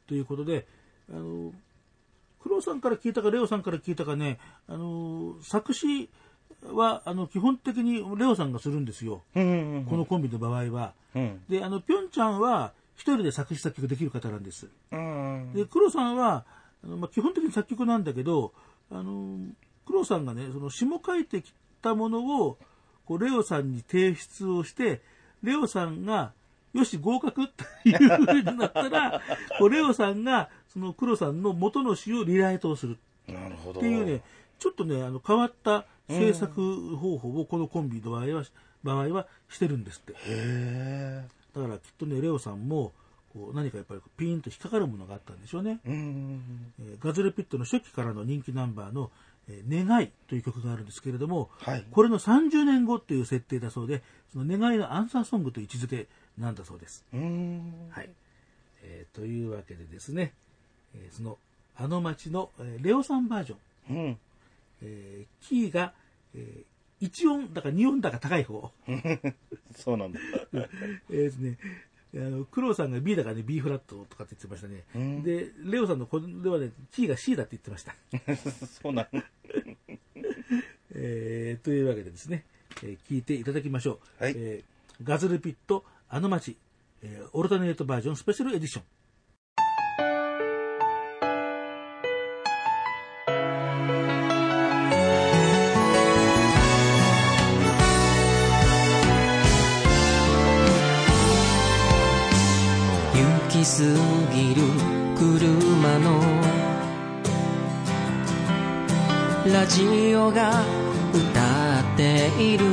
ということで、黒さんから聞いたかレオさんから聞いたかね、作詞は基本的にレオさんがするんですよ、このコンビの場合は。で、ぴょんちゃんは一人で作詞作曲できる方なんです。で、黒さんは基本的に作曲なんだけど、黒さんがね、その詞も書いてきたものをこうレオさんに提出をして、レオさんがよし合格っていうふうになったらこうレオさんがその黒さんの元の詩をリライトをするっていうね、ちょっとね変わった制作方法をこのコンビの場合はしてるんですって。だからきっとねレオさんもこう何かやっぱりピーンと引っかかるものがあったんでしょうね。ガズルピットの初期からの人気ナンバーの願いという曲があるんですけれども、これの30年後という設定だそうで、その願いのアンサーソングという位置づけなんだそうです。はい。というわけでですね、そのあの街のレオさんバージョン、キーが、1音だか2音だか高い方そうなんだですね、黒さんが B だからね B フラットとかって言ってましたね。でレオさんのこれはねキーが C だって言ってましたそうなのというわけでですね、聞いていただきましょう。ガズルピットあの街、オルタネートバージョンスペシャルエディション。 行き過ぎる車のラジオが歌っている、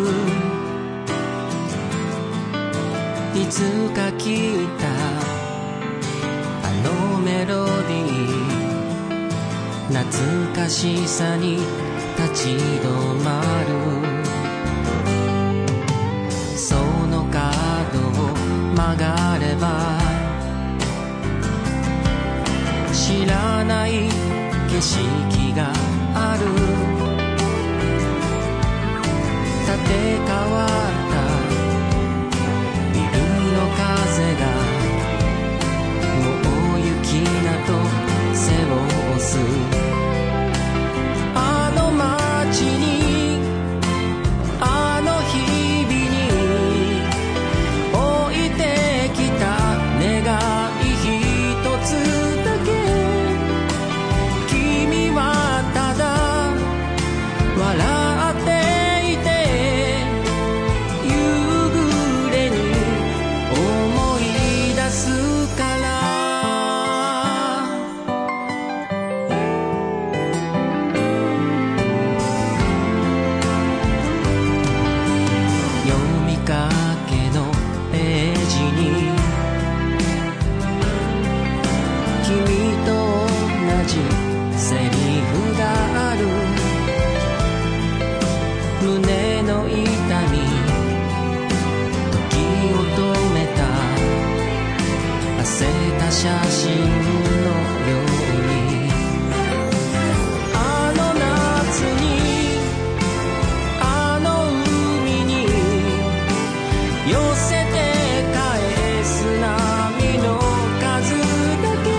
いつか聞いたあのメロディー、懐かしさに立ち止まる、その角を曲がれば知らない景色がある、立て替わったビルの風がもう雪など背を押す、あの街にあの日々に置いてきた願い一つだけ、君はただ笑っていて夕暮れに思い出すから、読みかけのページに君と同じセリフがある、胸の痛み時を止めた焦った写真のように、あの夏にあの海に寄せて返す波の数だけ、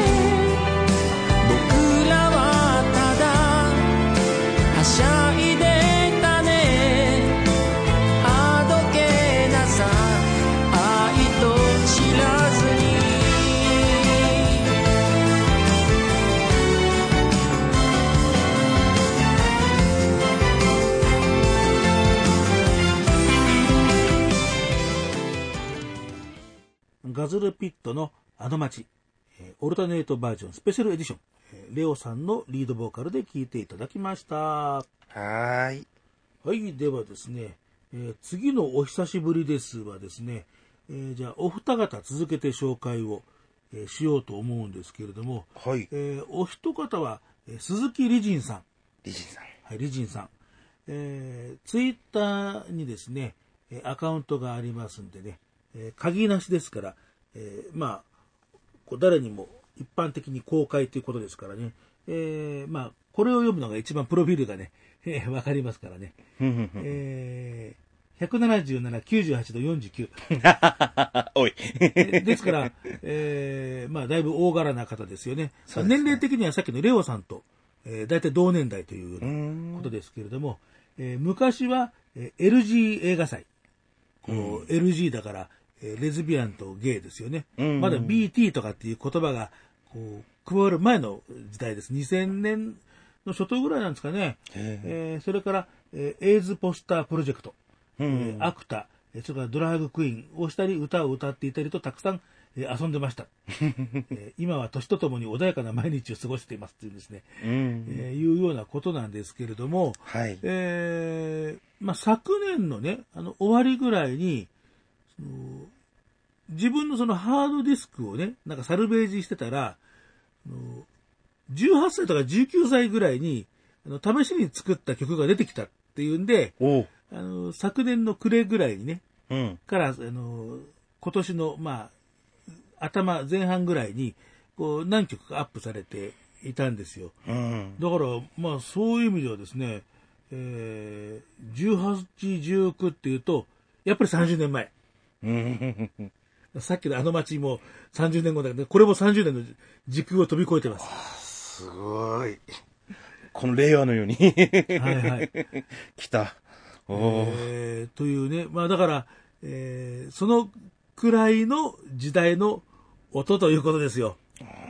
僕らはただはしゃいでたね、あどけなさ愛と知らずに、 ガズルピットのあの街、オルタネートバージョンスペシャルエディション、レオさんのリードボーカルで聴いていただきました。 はい。 ではですね、次のお久しぶりですはですね、じゃあお二方続けて紹介を、しようと思うんですけれども、お一方は、鈴木リジンさん。 リジンさん。 はい、リジンさん。ツイッターにですね、アカウントがありますんでね、鍵なしですから、まあ、こう誰にも一般的に公開ということですからね、まあ、これを読むのが一番プロフィールがね、わかりますからね。 177、98度49。 おい。 ですから、まあ、だいぶ大柄な方ですよね。年齢的にはさっきのレオさんと、大体同年代というようなことですけれども、昔は、LG 映画祭。こう LG だから、レズビアンとゲイですよね。まだ BT とかっていう言葉が、こう、加わる前の時代です。2000年の初頭ぐらいなんですかね。それから、エイズポスタープロジェクト。アクタ、それからドラァグクイーンをしたり、歌を歌っていたりとたくさん、遊んでました。今は年とともに穏やかな毎日を過ごしていますというですね、いうようなことなんですけれども、 はい。 まあ、昨年のね、終わりぐらいに、自分のそのハードディスクをね、なんかサルベージしてたら、18歳とか19歳ぐらいに、試しに作った曲が出てきたっていうんで、昨年の暮れぐらいにね、から、今年の、まあ、前半ぐらいに、こう、何曲かアップされていたんですよ。だから、まあ、そういう意味ではですね、18、19っていうと、やっぱり30年前。さっきの街も30年後だけど、これも30年の時空を飛び越えてます。 すごい。この令和のように。 はいはい。 来た。 というね、まあだから、そのくらいの時代の音ということですよ。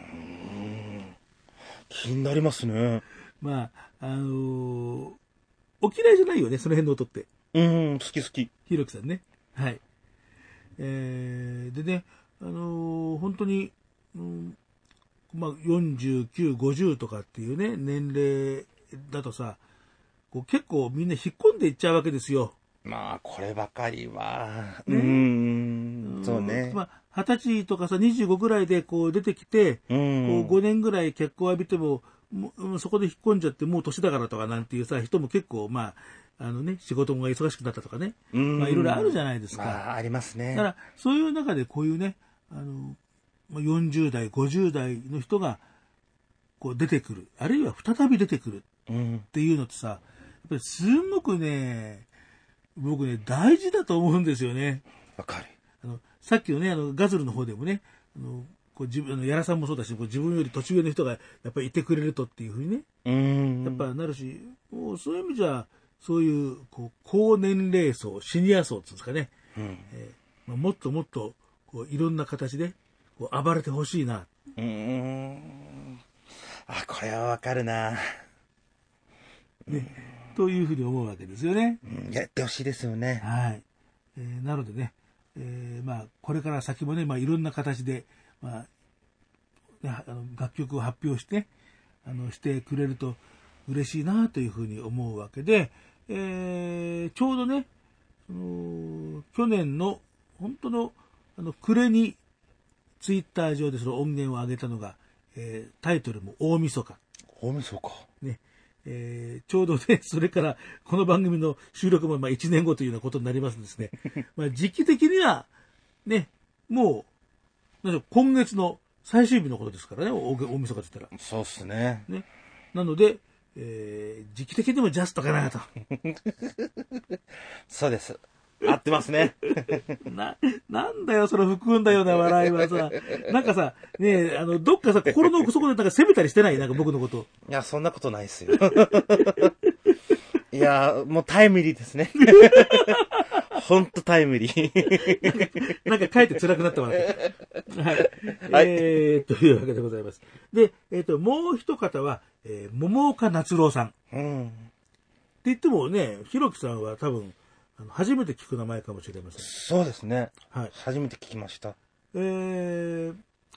気になりますね。 まあ、お嫌いじゃないよね、その辺の音って。 好き好き。 ひろきさんね。はい。でね、本当に、まあ、49、50とかっていうね、年齢だとさ、こう結構みんな引っ込んでいっちゃうわけですよ。 まあ、こればかりは。そうね。 まあ、20歳とかさ、25ぐらいでこう出てきて、こう5年ぐらい結婚浴びても、そこで引っ込んじゃってもう年だからとかなんていうさ、人も結構、まあ、仕事が忙しくなったとかね。まあ、いろいろあるじゃないですか。 まあ、ありますね。 だから、そういう中でこういうね、40代、50代の人が、こう出てくる。あるいは再び出てくる。っていうのってさ、やっぱりすごくね、僕ね、大事だと思うんですよね。 わかる。 さっきのね、ガズルの方でもね、こう自分、矢良さんもそうだし、こう自分より年上の人がやっぱりいてくれるとっていうふうにね、やっぱなるし、もうそういう意味じゃ、そういう、こう、高年齢層、シニア層っていうんですかね、もっともっと、こう、いろんな形で、こう、暴れてほしいな。 あ、これはわかるな。 ね、というふうに思うわけですよね。 やってほしいですよね。 はい。なのでね、まあ、これから先もね、まあ、いろんな形で、まあ、楽曲を発表して、してくれると嬉しいなというふうに思うわけで、ちょうどね、去年の、本当の、暮れに、ツイッター上でその音源を上げたのが、タイトルも大晦日。 大晦日。 ね。ちょうどね、それからこの番組の収録もまあ1年後というようなことになりますんですね。まあ時期的には、ね、もう、今月の最終日のことですからね、大晦日って言ったら。 そうっすね。 ね。なので、時期的にもジャストかなと。 そうです。合ってますね。 なんだよ、その含んだような笑いはさ。なんかさ、ねえ、どっかさ、心の奥底でなんか責めたりしてない？なんか僕のこと。 いや、そんなことないっすよ。いや、もうタイムリーですね。ほんとタイムリー。 なんか書いて辛くなったわけ。はい。というわけでございます。で、もう一方は、桃岡夏郎さん。って言ってもね、ひろきさんは多分、初めて聞く名前かもしれません。 そうですね。 はい。 初めて聞きました。 2000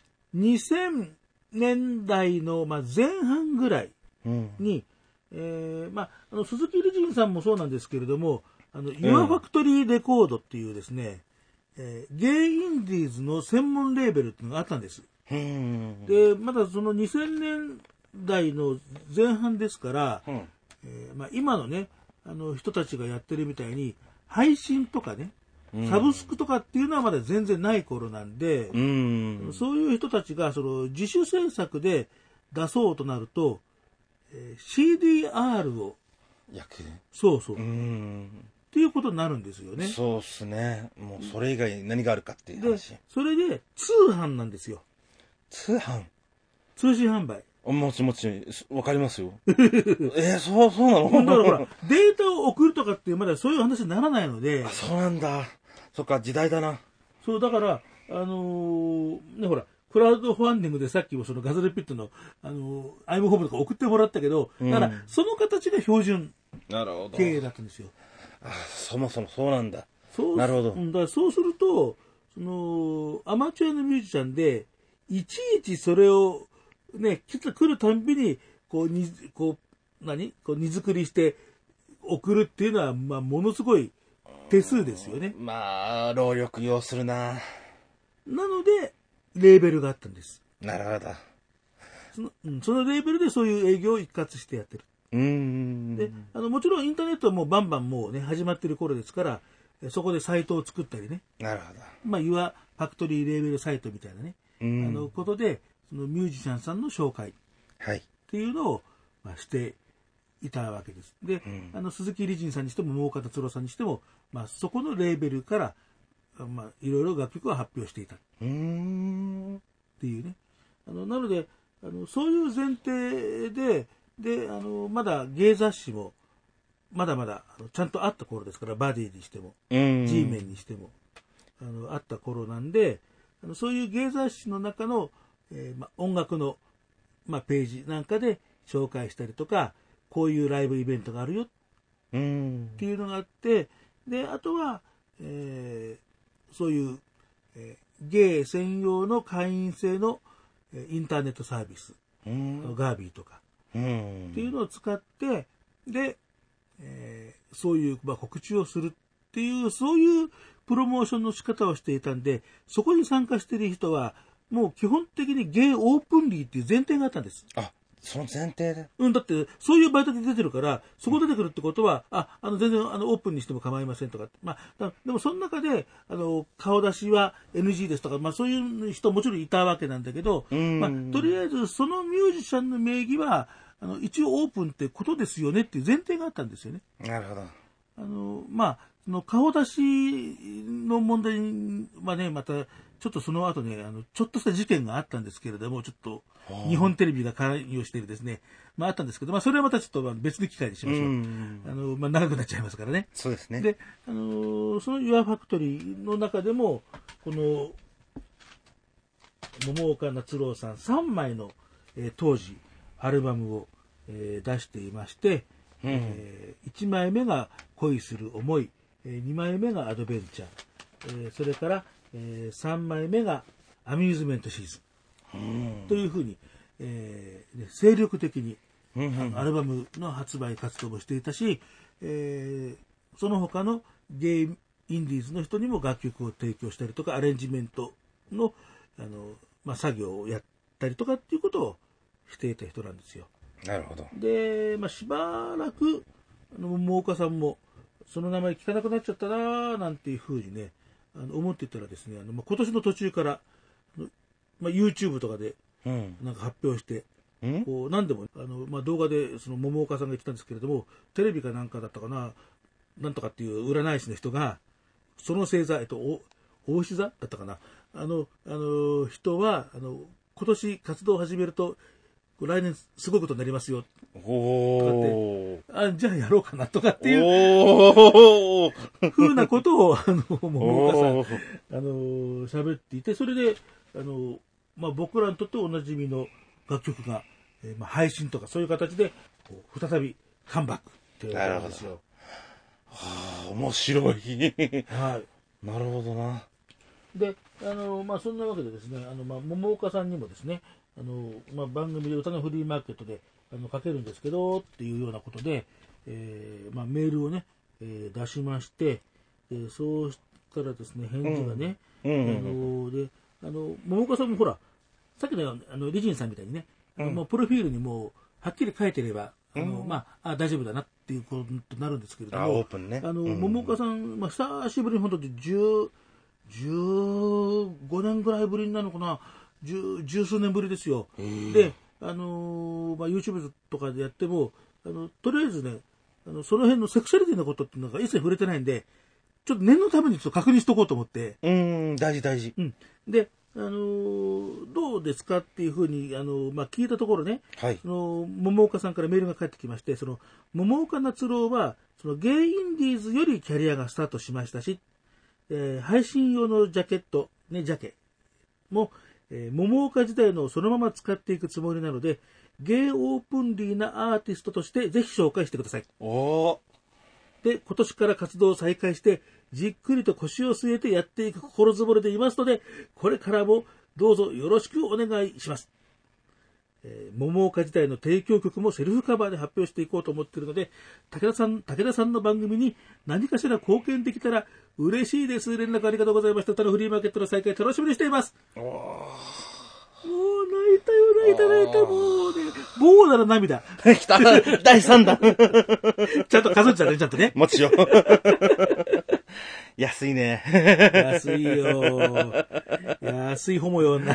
年代の、まあ、前半ぐらいに、まあ、鈴木理人さんもそうなんですけれども、ユアファクトリーレコードっていうですね、ゲイインディーズの専門レーベルっていうのがあったんです。で、まだその2000年代の前半ですから、まあ、今のね、人たちがやってるみたいに、配信とかね、サブスクとかっていうのはまだ全然ない頃なんで、そういう人たちがその自主制作で出そうとなると、CDR を、 役そうそう、 っていうことになるんですよね。 そうっすね。もうそれ以外に何があるかっていうで、 話。 それで通販なんですよ。 通販通信販売。 もち、わかりますよ。そうなのだからほら、データを送るとかってまだそういう話にならないので。 あ、そうなんだ。そっか、時代だな。 そう、だから、ね、ほら、クラウドファンディングでさっきもそのガズルピットの、アイムホームとか送ってもらったけど、だから、その形が標準なるほど。 経営だったんですよ。 そもそもそうなんだ。 そうなるほど。 だからそうすると、アマチュアのミュージシャンで、いちいちそれを、ね、来るたんびに、こう、荷造りして送るっていうのは、まあ、ものすごい手数ですよね。 まあ、労力要するな。 なので、レーベルがあったんです。 なるほど。 そのレーベルでそういう営業を一括してやってる。で、もちろんインターネットはもうバンバンもうね、始まってる頃ですから、そこでサイトを作ったりね。 なるほど。 まあ、いわファクトリーレーベルサイトみたいなね。ことで、そのミュージシャンさんの紹介っていうのを、まあ、していたわけです。で、鈴木理人さんにしても、もう片鶴さんにしても、まあ、そこのレーベルから、まあ、いろいろ楽曲を発表していたっていうね。なので、そういう前提で、まだ芸雑誌も、まだまだちゃんとあった頃ですから、バディにしても、G メンにしても、あった頃なんで、そういう芸雑誌の中の、まあ、音楽の、まあ、ページなんかで紹介したりとか、こういうライブイベントがあるよっていうのがあって、で、あとは、そういう、芸専用の会員制のインターネットサービス、ガービーとか、っていうのを使って、で、そういう、まあ、告知をするっていう、そういうプロモーションの仕方をしていたんで、そこに参加している人は、もう基本的にゲイオープンリーっていう前提があったんです。 あ、その前提で。 だって、そういうバイトで出てるから、そこ出てくるってことは、全然、オープンにしても構いませんとか。まあ、でもその中で、顔出しは NG ですとか、まあそういう人もちろんいたわけなんだけど、まあ、とりあえず、そのミュージシャンの名義は、一応オープンってことですよねっていう前提があったんですよね。 なるほど。 まあ、その顔出しの問題はね、また、ちょっとその後ね、ちょっとした事件があったんですけれども、ちょっと、日本テレビが関与しているですね、まああったんですけど、まあそれはまたちょっと別の機会にしましょう。まあ長くなっちゃいますからね。 そうですね。 で、その Your Factory の中でも、この、桃岡夏郎さん3枚の、当時、アルバムを、出していまして、1枚目が恋する思い、2枚目がアドベンチャー、それから、3枚目がアミューズメントシーズンというふうに、精力的にアルバムの発売活動もしていたし、その他のゲイインディーズの人にも楽曲を提供したりとかアレンジメントの、まあ、作業をやったりとかっていうことをしていた人なんですよ。 なるほど。 で、まあ、しばらく桃岡さんもその名前聞かなくなっちゃったなーなんていうふうにね思ってたらですね、まあ、今年の途中からまあ、YouTube とかでなんか発表して、こう何でもまあ、動画でその桃岡さんが言ってたんですけれども、テレビかなんかだったかな、なんとかっていう占い師の人がその星座、大牛座だったかな、人は今年活動を始めると来年すごいことになりますよとかって、じゃあやろうかなとかっていうふうなことを桃岡さん喋っていて、それでまあ、僕らにとっておなじみの楽曲が、まあ、配信とかそういう形でこう再びカムバックっていうことなんですよ。 はあ、面白い。はい。なるほどな。 で、まあ、そんなわけでですね、まあ、桃岡さんにもですね、まあ、番組で歌のフリーマーケットでかけるんですけどっていうようなことで、まあ、メールをね、出しまして、そうしたらですね、返事がね、で桃岡さんもほら、さっきのリジンさんみたいにね、もうプロフィールにもうはっきり書いてれば、まあ、大丈夫だなっていうことになるんですけれども、 オープンね。 桃岡さん、まあ、久しぶりに本当に15年ぐらいぶりになるのかな、十数年ぶりですよ。で、まあ、YouTube とかでやっても、とりあえずね、 その辺のセクシャリティのことっていうのが一切触れてないんで、ちょっと念のためにちょっと確認しとこうと思って。 大事大事。 で、どうですかっていうふうに、聞いたところね、 はい。 桃岡さんからメールが返ってきまして、桃岡夏郎は、ゲイインディーズよりキャリアがスタートしましたし、配信用のジャケット、ね、ジャケも、桃岡時代のそのまま使っていくつもりなので、ゲイオープンリーなアーティストとしてぜひ紹介してください。で、今年から活動を再開して、じっくりと腰を据えてやっていく心づもりでいますので、これからもどうぞよろしくお願いします。桃岡時代の提供曲もセルフカバーで発表していこうと思っているので、武田さんの番組に何かしら貢献できたら嬉しいです。連絡ありがとうございました。フリーマーケットの再開楽しみにしています。もう泣いた、もうね、棒なら涙。 来た、第3弾。 ちゃんと数えちゃうね、ちゃんとね。 もちろん。安いね。 安いよ。安いホモよ。い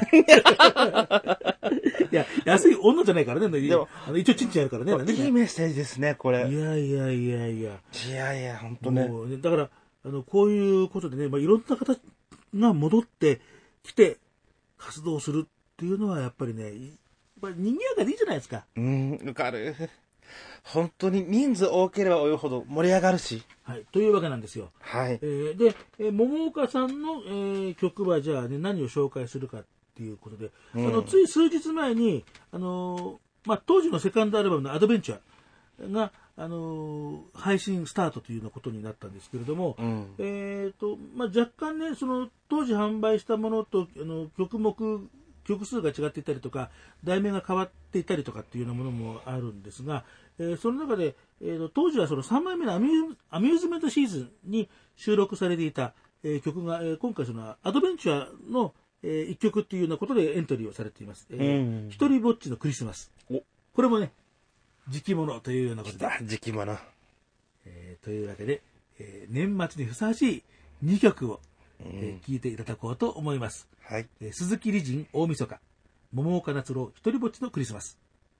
や、安い女じゃないからね。でも一応ちっちゃいからね。 いいメッセージですね、これ。 いや。 いや、ほんとね。 だから、こういうことでね、いろんな方が戻ってきて活動するっていうのはやっぱりね、賑やかでいいじゃないですか。 わかる。本当に人数多ければ多いほど盛り上がるし。 はい。というわけなんですよ。 はい。 で、桃岡さんの、曲はじゃあね、何を紹介するかっていうことで、つい数日前に、当時のセカンドアルバムのアドベンチャーが、配信スタートというようなことになったんですけれども、若干ね、当時販売したものと、曲数が違っていたりとか、題名が変わっていたりとかっていうようなものもあるんですが、その中で、当時は3枚目のアミューズメントシーズンに収録されていた、曲が、今回アドベンチャーの、一曲っていうようなことでエントリーをされています。一人ぼっちのクリスマス。これもね、時期物というようなことで。 時期物。 というわけで、年末にふさわしい2曲を、聴いていただこうと思います。 はい。 鈴木里仁大晦日、桃岡夏郎一人ぼっちのクリスマス。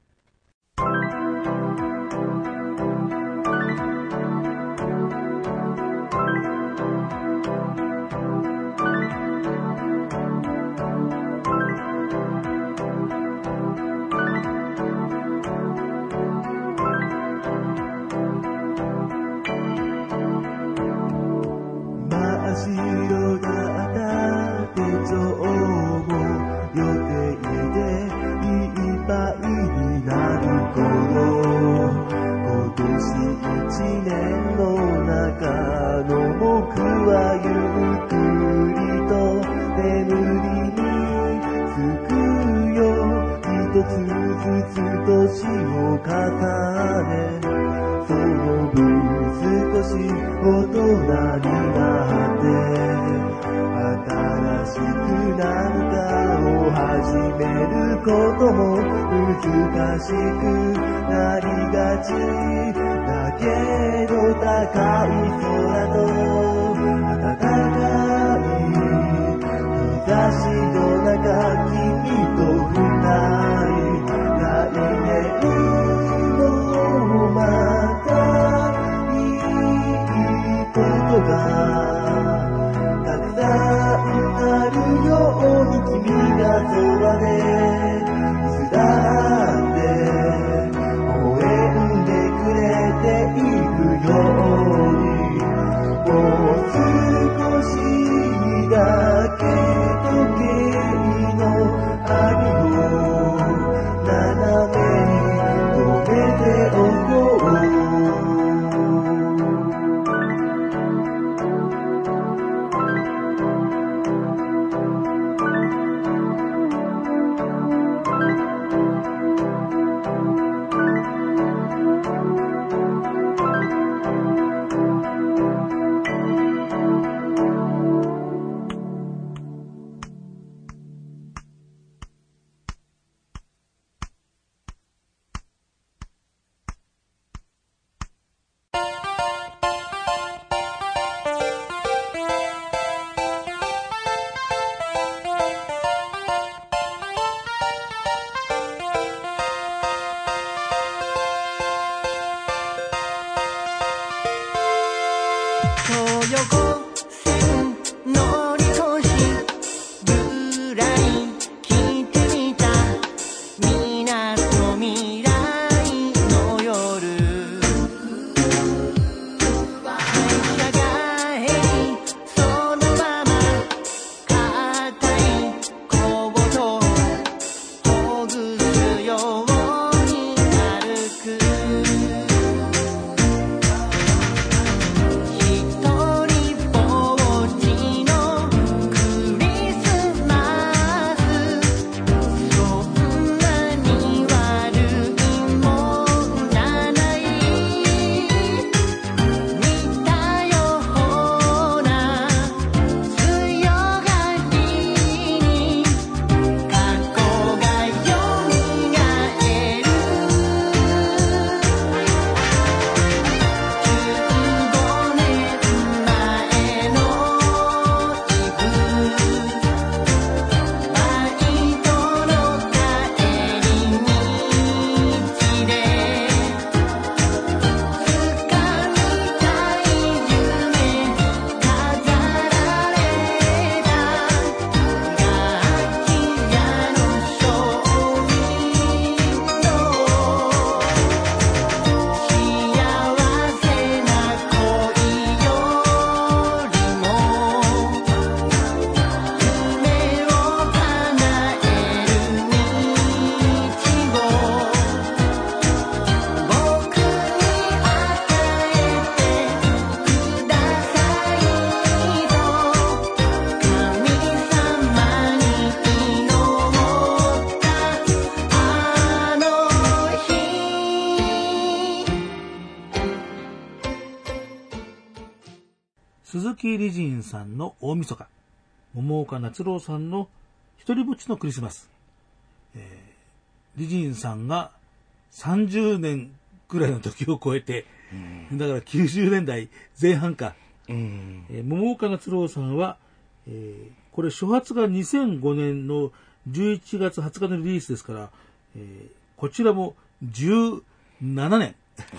難しくなりがちだけど高い空と暖かい日差しの中君と二人来年もまたいいことがたくさんあるように君がそばでだって応援でくれているようにもう少しだけ時計の針を斜めに止めておこう鈴木理人さんの大晦日、桃岡夏郎さんの一人ぼっちのクリスマス、理人さんが30年くらいの時を超えて、だから90年代前半か、桃岡夏郎さんは、これ初発が2005年の11月20日のリリースですから、こちらも17年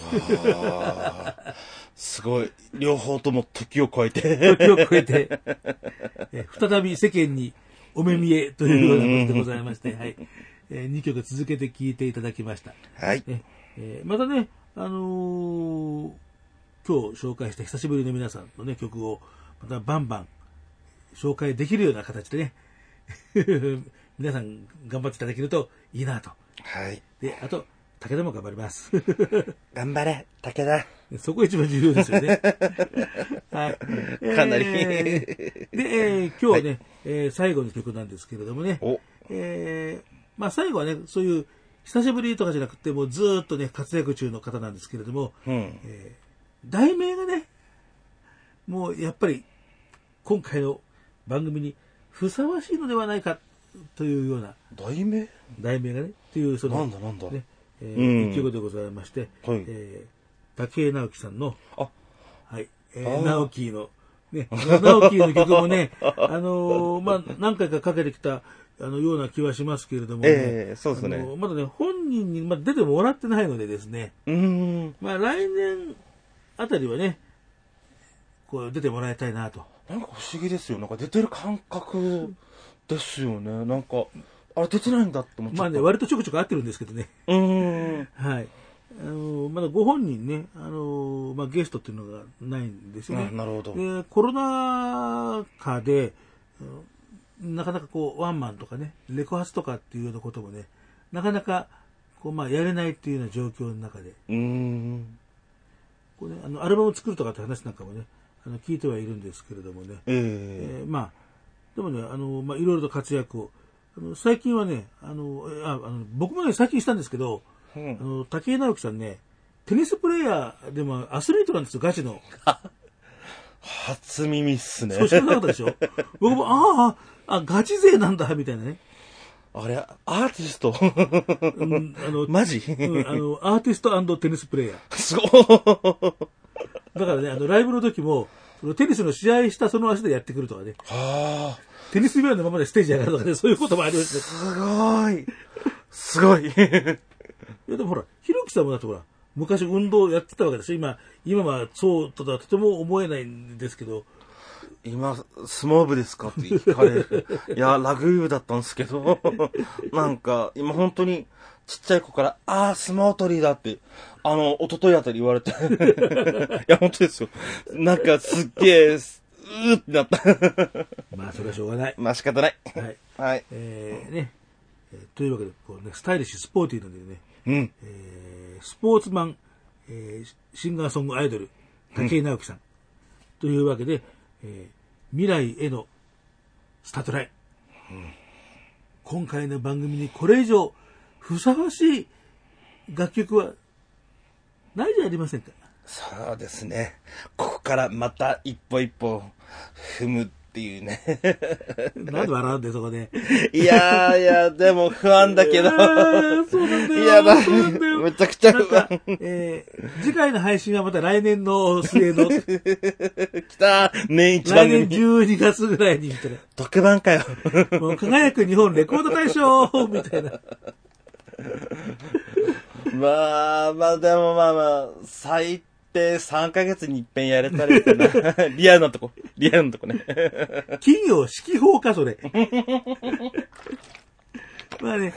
すごい。両方とも時を超えて。 時を超えて、再び世間にお目見えというようなことでございまして、はい。2曲続けて聴いていただきました。 はい。 またね、今日紹介した久しぶりの皆さんのね、曲を、またバンバン紹介できるような形でね、皆さん頑張っていただけるといいなと。 はい。 で、あと、武田も頑張ります。 頑張れ、武田。 そこが一番重要ですよね。はい。 かなり。 で、今日はね、最後の曲なんですけれどもね。まあ最後はね、そういう久しぶりとかじゃなくて、もうずーっとね、活躍中の方なんですけれども、題名がね、もうやっぱり今回の番組にふさわしいのではないかというような。 題名がね、っていう、その、 なんだ。 ね、一曲でございまして、 はい、 武井直樹さんの、 はい、 直樹の、ね、直樹の曲もね、まあ、何回かかけてきた、ような気はしますけれどもね、 そうですね。 まだね、本人に、まだ出てもらってないのでですね、まあ、来年あたりはね、こう、出てもらいたいなと。 なんか不思議ですよ。なんか出てる感覚ですよね。なんか、あれ出てないんだって思っちゃった。 まあね、割とちょくちょく合ってるんですけどね。はい。まだご本人ね、まあ、ゲストっていうのがないんですよね。 なるほど。 で、コロナ禍で、なかなかこう、ワンマンとかね、レコ発とかっていうようなこともね、なかなか、こう、まあ、やれないっていうような状況の中で、こうね、アルバムを作るとかって話なんかもね、聞いてはいるんですけれどもね。まあ、でもね、まあ、いろいろと活躍を、最近はね、僕もね、最近したんですけど、武井直樹さんね、テニスプレーヤーでもアスリートなんですよ、ガチの。 初耳っすね。 そう知らなかったでしょ。僕も、ガチ勢なんだ、みたいなね。 あれ、アーティストマジアーティスト&テニスプレーヤー。 すごい。 だからね、ライブの時も、テニスの試合したその足でやってくるとかね。テニス部屋のままでステージ上がるとかね、そういうこともありました。 すごい。 いやでもほら、ひろきさんもだってほら、 昔運動やってたわけですよ。今はそうとはとても思えないんですけど。 今、相撲部ですかって聞かれる。いや、ラグビー部だったんですけど、なんか、今本当に、ちっちゃい子から、相撲取りだって、一昨日あたり言われて。いや、本当ですよ。なんか、すっげえ、ってなった。 まあ、それはしょうがない。 まあ、仕方ない。 はい。 はい。 ね。というわけで、こうね、スタイリッシュ、スポーティーなんでね、 うん。 スポーツマン、シンガーソングアイドル、武井直樹さん。というわけで、未来へのスタートライン。今回の番組にこれ以上ふさわしい楽曲はないじゃありませんか。 そうですね。ここからまた一歩一歩踏むっていうね。 なんで笑うんだよ、そこで。 いや、でも不安だけど。 そうなんだよ。 いやだ、 そうなんだよ。 めちゃくちゃ不安。 次回の配信はまた来年の末の。 来た年一番組。 来年12月ぐらいにみたいな。 特番かよ。 もう輝く日本レコード大賞みたいな。 まあ、でもまあ、最低3ヶ月に一遍やれたらいいかな。リアルなとこね。 企業指揮法か、それ。まあね、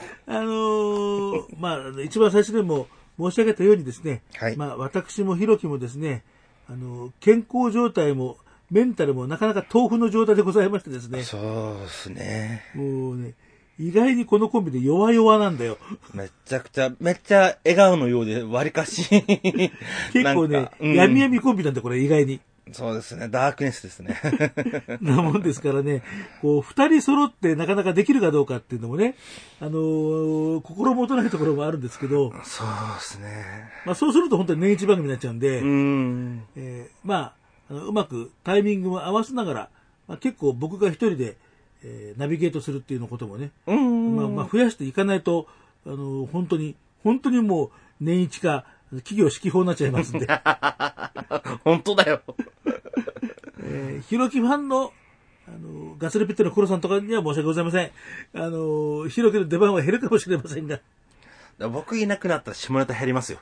一番最初でも申し上げたようにですね、 はい。 まあ私もひろきもですね、健康状態もメンタルもなかなか豆腐の状態でございましてですね。 そうですね。 もうね、意外にこのコンビで弱々なんだよ。 めっちゃ笑顔のようで割かし。 結構ね、闇闇コンビなんだこれ意外に。 そうですね、ダークネスですね。 なもんですからね、こう、二人揃ってなかなかできるかどうかっていうのもね、心もとないところもあるんですけど、 そうですね。 まあそうすると本当に年一番組になっちゃうんで、まあ、うまくタイミングも合わせながら、まあ、結構僕が一人で、ナビゲートするっていうのこともね、まあ増やしていかないと、本当にもう年一か企業指揮法になっちゃいますんで。 本当だよ。 ひろきファンの、ガスレピットの黒さんとかには申し訳ございません。ひろきの出番は減るかもしれませんが。 僕いなくなったら下ネタ減りますよ。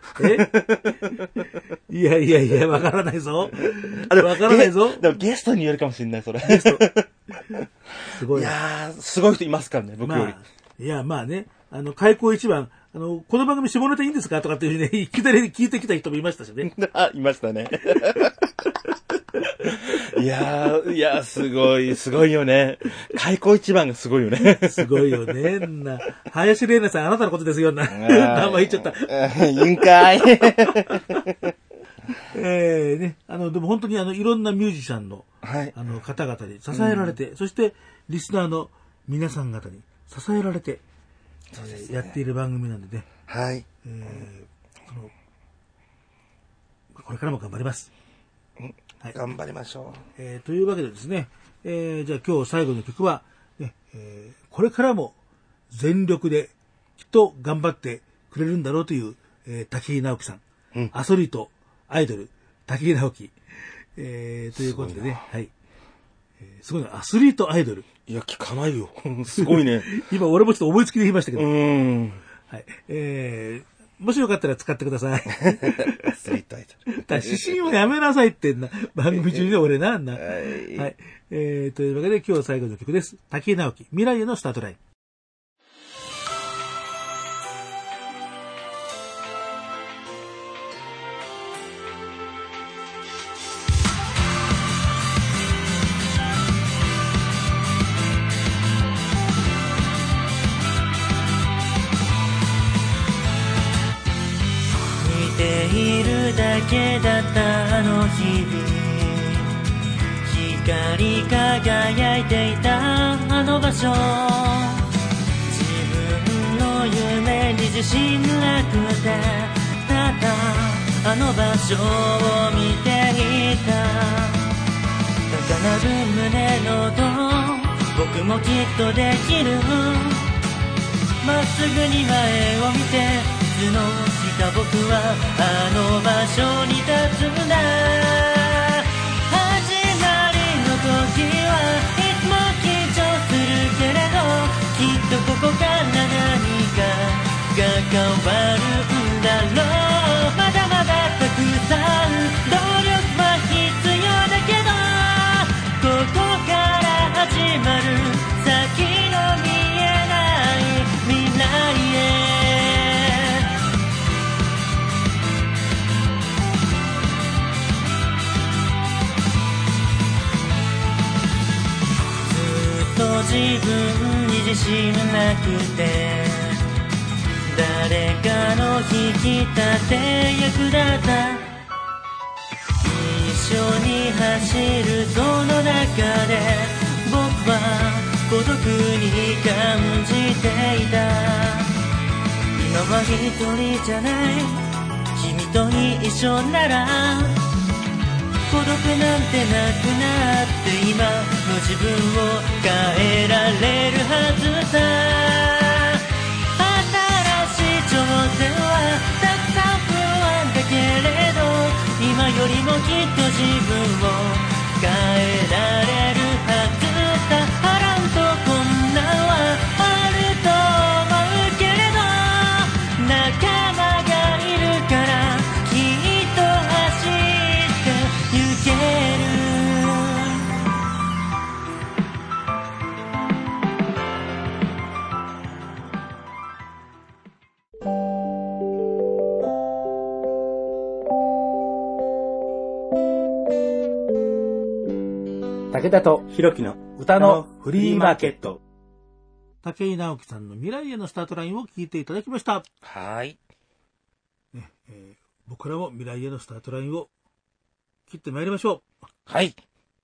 いや、わからないぞ。わからないぞ。 でもゲストによるかもしれない、それ。 ゲスト。すごい。 いやー、すごい人いますからね、僕より。 まあね、開口一番、この番組下ネタいいんですかとかっていうね、いきなり聞いてきた人もいましたしね。 いましたね。いやー、すごいよね。開口一番がすごいよね。 すごいよね。林玲奈さん、あなたのことですよ、名前言っちゃった。 いいんかい。 ね、でも本当にいろんなミュージシャンの、方々に支えられて、そしてリスナーの皆さん方に支えられて、やっている番組なんでね。 はい。 これからも頑張ります。 はい、頑張りましょう。というわけでですね、じゃあ今日最後の曲は、ねこれからも全力できっと頑張ってくれるんだろうという、武井直樹さん、アスリート、アイドル、武井直樹、ということでね、はい。すごいな、アスリートアイドル。 いや、聞かないよ。すごいね。 今俺もちょっと思いつきで言いましたけど。 はい 。もしよかったら使ってください。 アスリートアイドル。 指針をやめなさいって番組中に俺はい。というわけで今日最後の曲です。武井直樹、未来へのスタートライン。 だけだったあの日々、光り輝いていたあの場所、自分の夢に自信なくて、ただあの場所を見ていた。高鳴る胸の音、僕もきっとできる。まっすぐに前を見て、頭脳した僕はあの場所に立つんだ。始まりの時はいつも緊張するけれど、きっとここから何かが変わるんだろう。まだまだ自分に自信なくて誰かの引き立て役立った一緒に走るその中で僕は孤独に感じていた今は一人じゃない君と一緒なら孤独なんてなくなって今の自分を変えられるはずだ新しい挑戦はたくさん不安だけれど今よりもきっと自分を変えられるはずだ波乱と困難はあると思うけれど仲間がいるからきっと走って行ける武田とひろきの歌のフリーマーケット。 武井直樹さんの未来へのスタートラインを聞いていただきました。 はい。 僕らも未来へのスタートラインを切ってまいりましょう。 はい。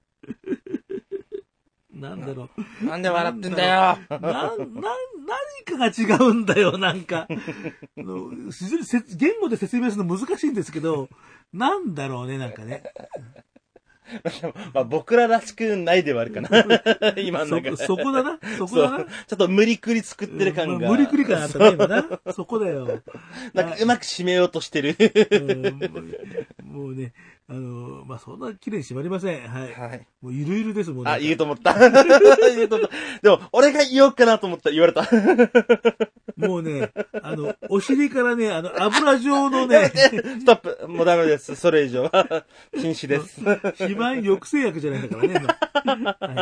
なんだろう。なんで笑ってんだよ。 何かが違うんだよ、なんか。非常に言語で説明するの難しいんですけど、なんだろうね、なんかね。 まあ僕ららしくないではあるかな。今の中で。 そこだな。そこだな。 ちょっと無理くり作ってる感が。 無理くり感あったね、今な。そこだよ。 なんかうまく締めようとしてる。 もうね、まあ、そんな綺麗に締まりません。はい。 はい。 もうゆるゆるですもんね。 あ、言うと思った。でも、俺が言おうかなと思ったら言われた。 もうね、お尻からね、油状のね。 ストップ。もうダメです。それ以上は。禁止です。 肥満抑制薬じゃないんだからね。はい。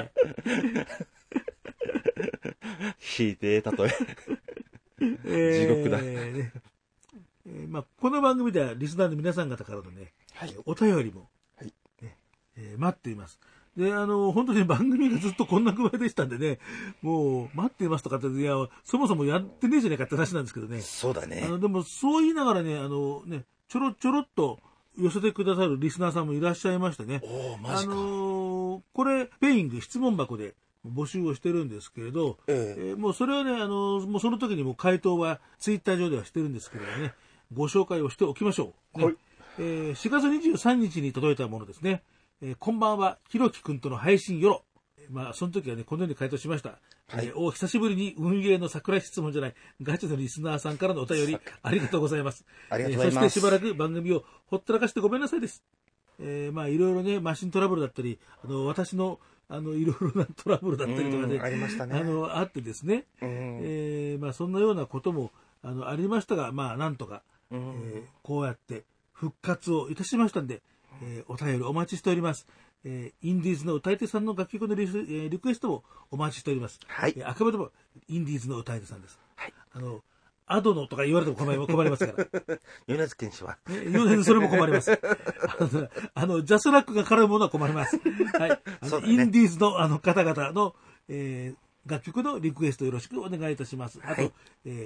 引いて、例え。地獄だ。 まあ、この番組ではリスナーの皆さん方からのね、はい、お便りも、はいね待っています。で、本当に番組がずっとこんな具合でしたんでね、もう、待っていますとかって、いや、そもそもやってねえじゃねえかって話なんですけどね。 そうだね。 でも、そう言いながらね、ちょろっと寄せてくださるリスナーさんもいらっしゃいましてね。 おー、マジか。 これ、ペイング質問箱で募集をしてるんですけれど、もうそれはね、もうその時にも回答はツイッター上ではしてるんですけれどね、ご紹介をしておきましょう。ね、はい。4月23日に届いたものですね。こんばんは、ひろきくんとの配信よろ。まあ、その時はね、このように回答しました。はい。久しぶりに運営の桜質問じゃない、ガチのリスナーさんからのお便り、ありがとうございます。 ありがとうございます。 そしてしばらく番組をほったらかしてごめんなさいです。まあ、いろいろね、マシントラブルだったり、私の、いろいろなトラブルだったりとかで、 ありましたね。 あってですね、まあ、そんなようなことも、ありましたが、まあ、なんとか、こうやって復活をいたしましたんで、お便りお待ちしております。インディーズの歌い手さんの楽曲のリクエストをお待ちしております。 はい。 あくまでもインディーズの歌い手さんです。 はい。 アドノとか言われても困りますから。 米津玄師は。 それも困ります。ジャスラックが絡むものは困ります。はい。ね、インディーズの方々の、楽曲のリクエストよろしくお願いいたします。あと、はい、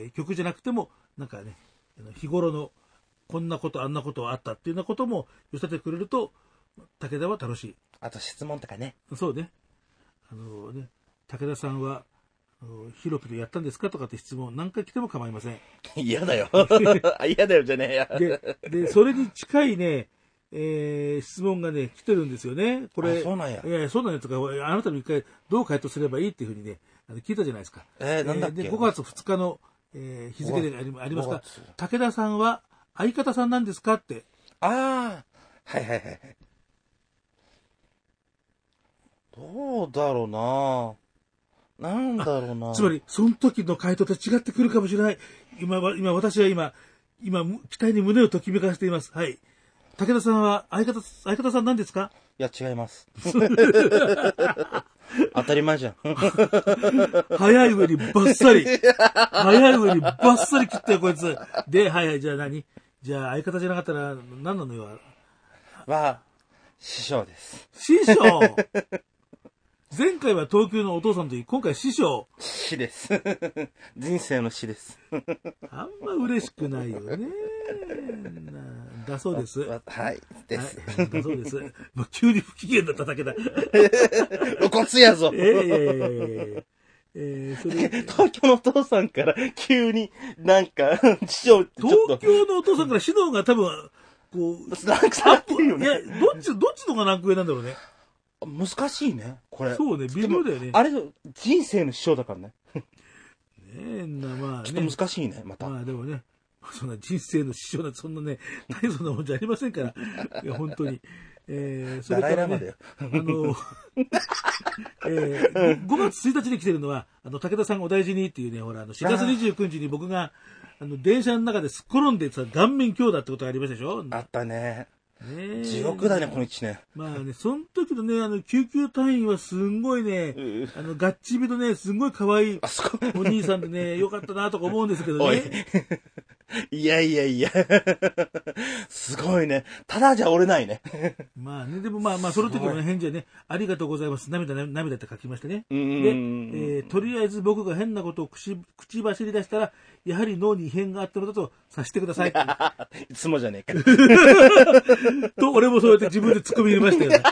曲じゃなくても、なんかね、日頃のこんなことあんなことあったっていうようなことも寄せてくれると、武田は楽しい。 あと質問とかね。 そうね。武田さんは、ひろきとやったんですかとかって質問何回来ても構いません。 嫌だよ。嫌だよじゃねえや。 で、それに近いね、質問がね、来てるんですよね。これ。 そうなんや。 いや、そうなんやとか、あなたも一回どう回答すればいいっていうふうにね、聞いたじゃないですか。 なんだっけ。 で、5月2日の、日付でありますが、武田さんは相方さんなんですかって。 ああ、はいはいはい。どうだろうな。なんだろうな。 つまり、その時の回答と違ってくるかもしれない。私は今、期待に胸をときめかせています。はい。武田さんは相方さんなんですか？ いや、違います。当たり前じゃん。 早い上にバッサリ。早い上にバッサリ切ったよ、こいつ。で、はい、じゃあ何？じゃあ相方じゃなかったら何なのよ。 は、師匠です。 師匠前回は東京のお父さんといい、今回師匠。 死です。人生の死です。 あんま嬉しくないよね。だそうです。 はい、です。 はい、だそうです。もう急に不機嫌だっただけだ。 露骨やぞ。 それ東京のお父さんから急になんか、師匠、 東京のお父さんから指導が多分、こう、 ランク下がってるよね。 いや、どっちのがランク上なんだろうね。 難しいね、これ。 そうね、微妙だよね。 あれ、人生の師匠だからね。 ねえ、まあね。 ちょっと難しいね、また。 まあでもね、そんな人生の師匠なんてそんなね、大層なもんじゃありませんから。いや、本当に。それからね、5月1日に来てるのは、武田さんお大事にっていうね、ほら、4月29日に僕が、電車の中ですっ転んでさ、顔面強打ってことがありましたでしょ？ あったね。 ね、 地獄だね、この1年。 まあね、その時のね、救急隊員はすんごいね、ガッチビとね、すんごい可愛いお兄さんでね、よかったなとか思うんですけどね。 いや。すごいね。ただじゃ折れないね。まあね、でもまあ、その時もね、返事はね、ありがとうございます。涙って書きましてね。で、とりあえず僕が変なことを口走り出したら、やはり脳に異変があったのだとさせてください。 いつもじゃねえか。 と、俺もそうやって自分で突っ込み入れましたよね。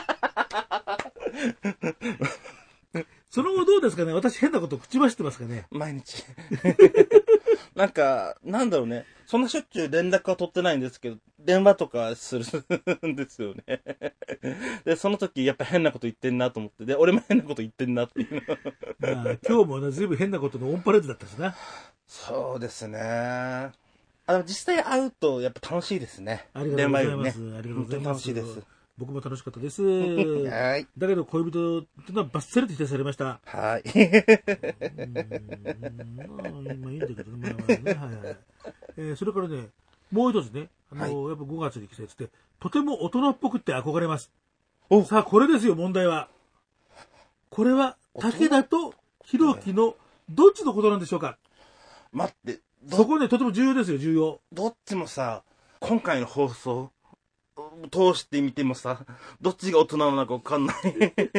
その後どうですかね？私変なこと口走ってますかね？ 毎日。なんか、なんだろうね。そんなしょっちゅう連絡は取ってないんですけど、電話とかするんですよね。で、その時やっぱ変なこと言ってんなと思って、で、俺も変なこと言ってんなっていうの。 まあ、今日もね、ずいぶん変なことのオンパレードだったしな。 そうですね。実際会うとやっぱ楽しいですね。 ありがとうございます。 ね、 ありがとうございます。 楽しいです。 僕も楽しかったです。はい。だけど恋人っていうのはバッサリと否定されました。 はい。 まあいいんだけどね。はい。それからね、もう一つね、やっぱ5月に来たやつで、とても大人っぽくって憧れます。さあ、これですよ、問題は。これは、武田と弘樹のどっちのことなんでしょうか？ 待って。 そこね、とても重要ですよ、重要。 どっちもさ、今回の放送、通してみてもさ、どっちが大人なのか分かんない。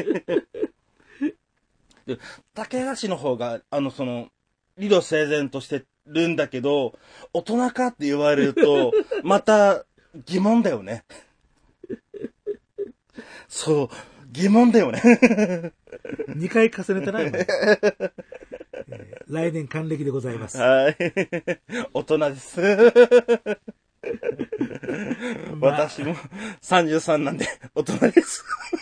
で、武田氏の方が、理路整然としてるんだけど、大人かって言われると、また疑問だよね。そう、疑問だよね。 2回重ねたな、今。来年還暦でございます。 はい。大人です。私も33なんで大人です。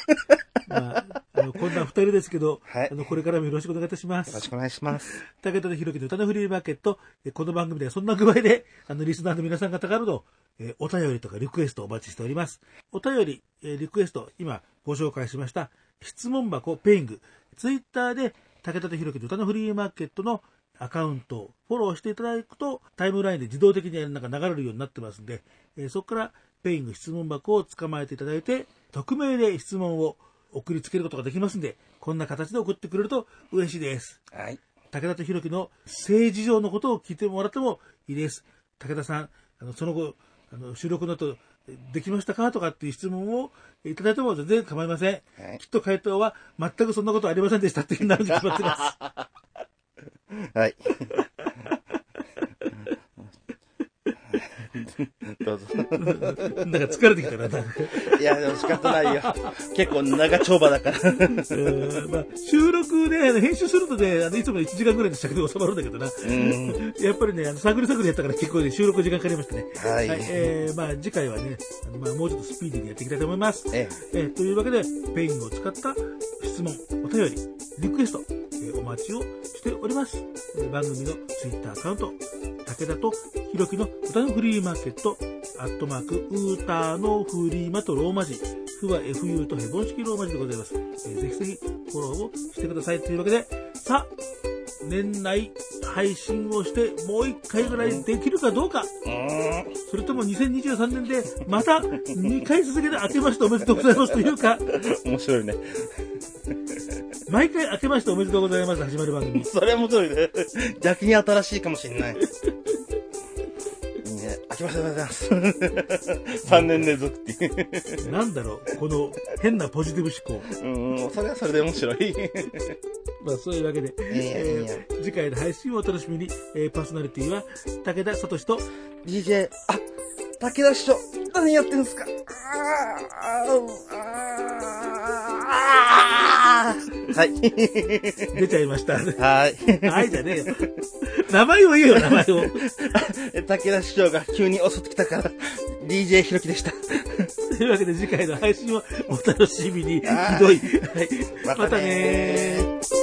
こんな2人ですけど、はい、これからもよろしくお願いいたします。 よろしくお願いします。 武田弘樹の歌のフリーマーケット、この番組ではそんな具合で、リスナーの皆さん方からの、お便りとかリクエストをお待ちしております。お便り、リクエスト、今ご紹介しました、質問箱ペイング、ツイッターで武田弘樹の歌のフリーマーケットのアカウントをフォローしていただくと、タイムラインで自動的になんか流れるようになってますんで、そこからペイング質問箱を捕まえていただいて、匿名で質問を送りつけることができますんで、こんな形で送ってくれると嬉しいです。 はい。 武田と弘樹の政治上のことを聞いてもらってもいいです。武田さん、その後、収録の後、できましたかとかっていう質問をいただいても全然構いません。はい、きっと回答は全くそんなことありませんでしたっていうなるに決まってます。 はい。どうぞ。 なんか疲れてきたな。 いや、でも仕方ないよ。結構長丁場だから。 収録で、編集するとね、いつも1時間ぐらいの尺で収まるんだけどな。やっぱりね、探りやったから結構ね、収録時間かかりましたね。 はい。 次回はね、もうちょっとスピーディーにやっていきたいと思います。というわけで、ペイングを使った質問、お便り、リクエスト、お待ちをしております。番組のツイッターアカウント、武田と弘樹の歌のフリーマーケット、ウーターのフリーマとローマ字、フは FU とヘボン式ローマ字でございます。ぜひぜひフォローをしてくださいというわけで、さあ、年内配信をしてもう1回ぐらいできるかどうか、それとも2023年でまた2回続けて明けましておめでとうございますというか、 面白いね。 毎回明けましておめでとうございます始まる番組。 それは面白いね。逆に新しいかもしれない。ね、 明けましておめでとうございます。3年連続っていう。 なんだろう、この変なポジティブ思考。 それはそれで面白い。 まあ、そういうわけで、次回の配信をお楽しみに、パーソナリティは武田聡と DJ、武田師匠、何やってんすか？はい。 出ちゃいました。 はい。 はいじゃねえよ。名前を言えよ、名前を。 武田師匠が急に襲ってきたから、DJ ひろきでした。 というわけで次回の配信をお楽しみに。ひどい。はい。またねー。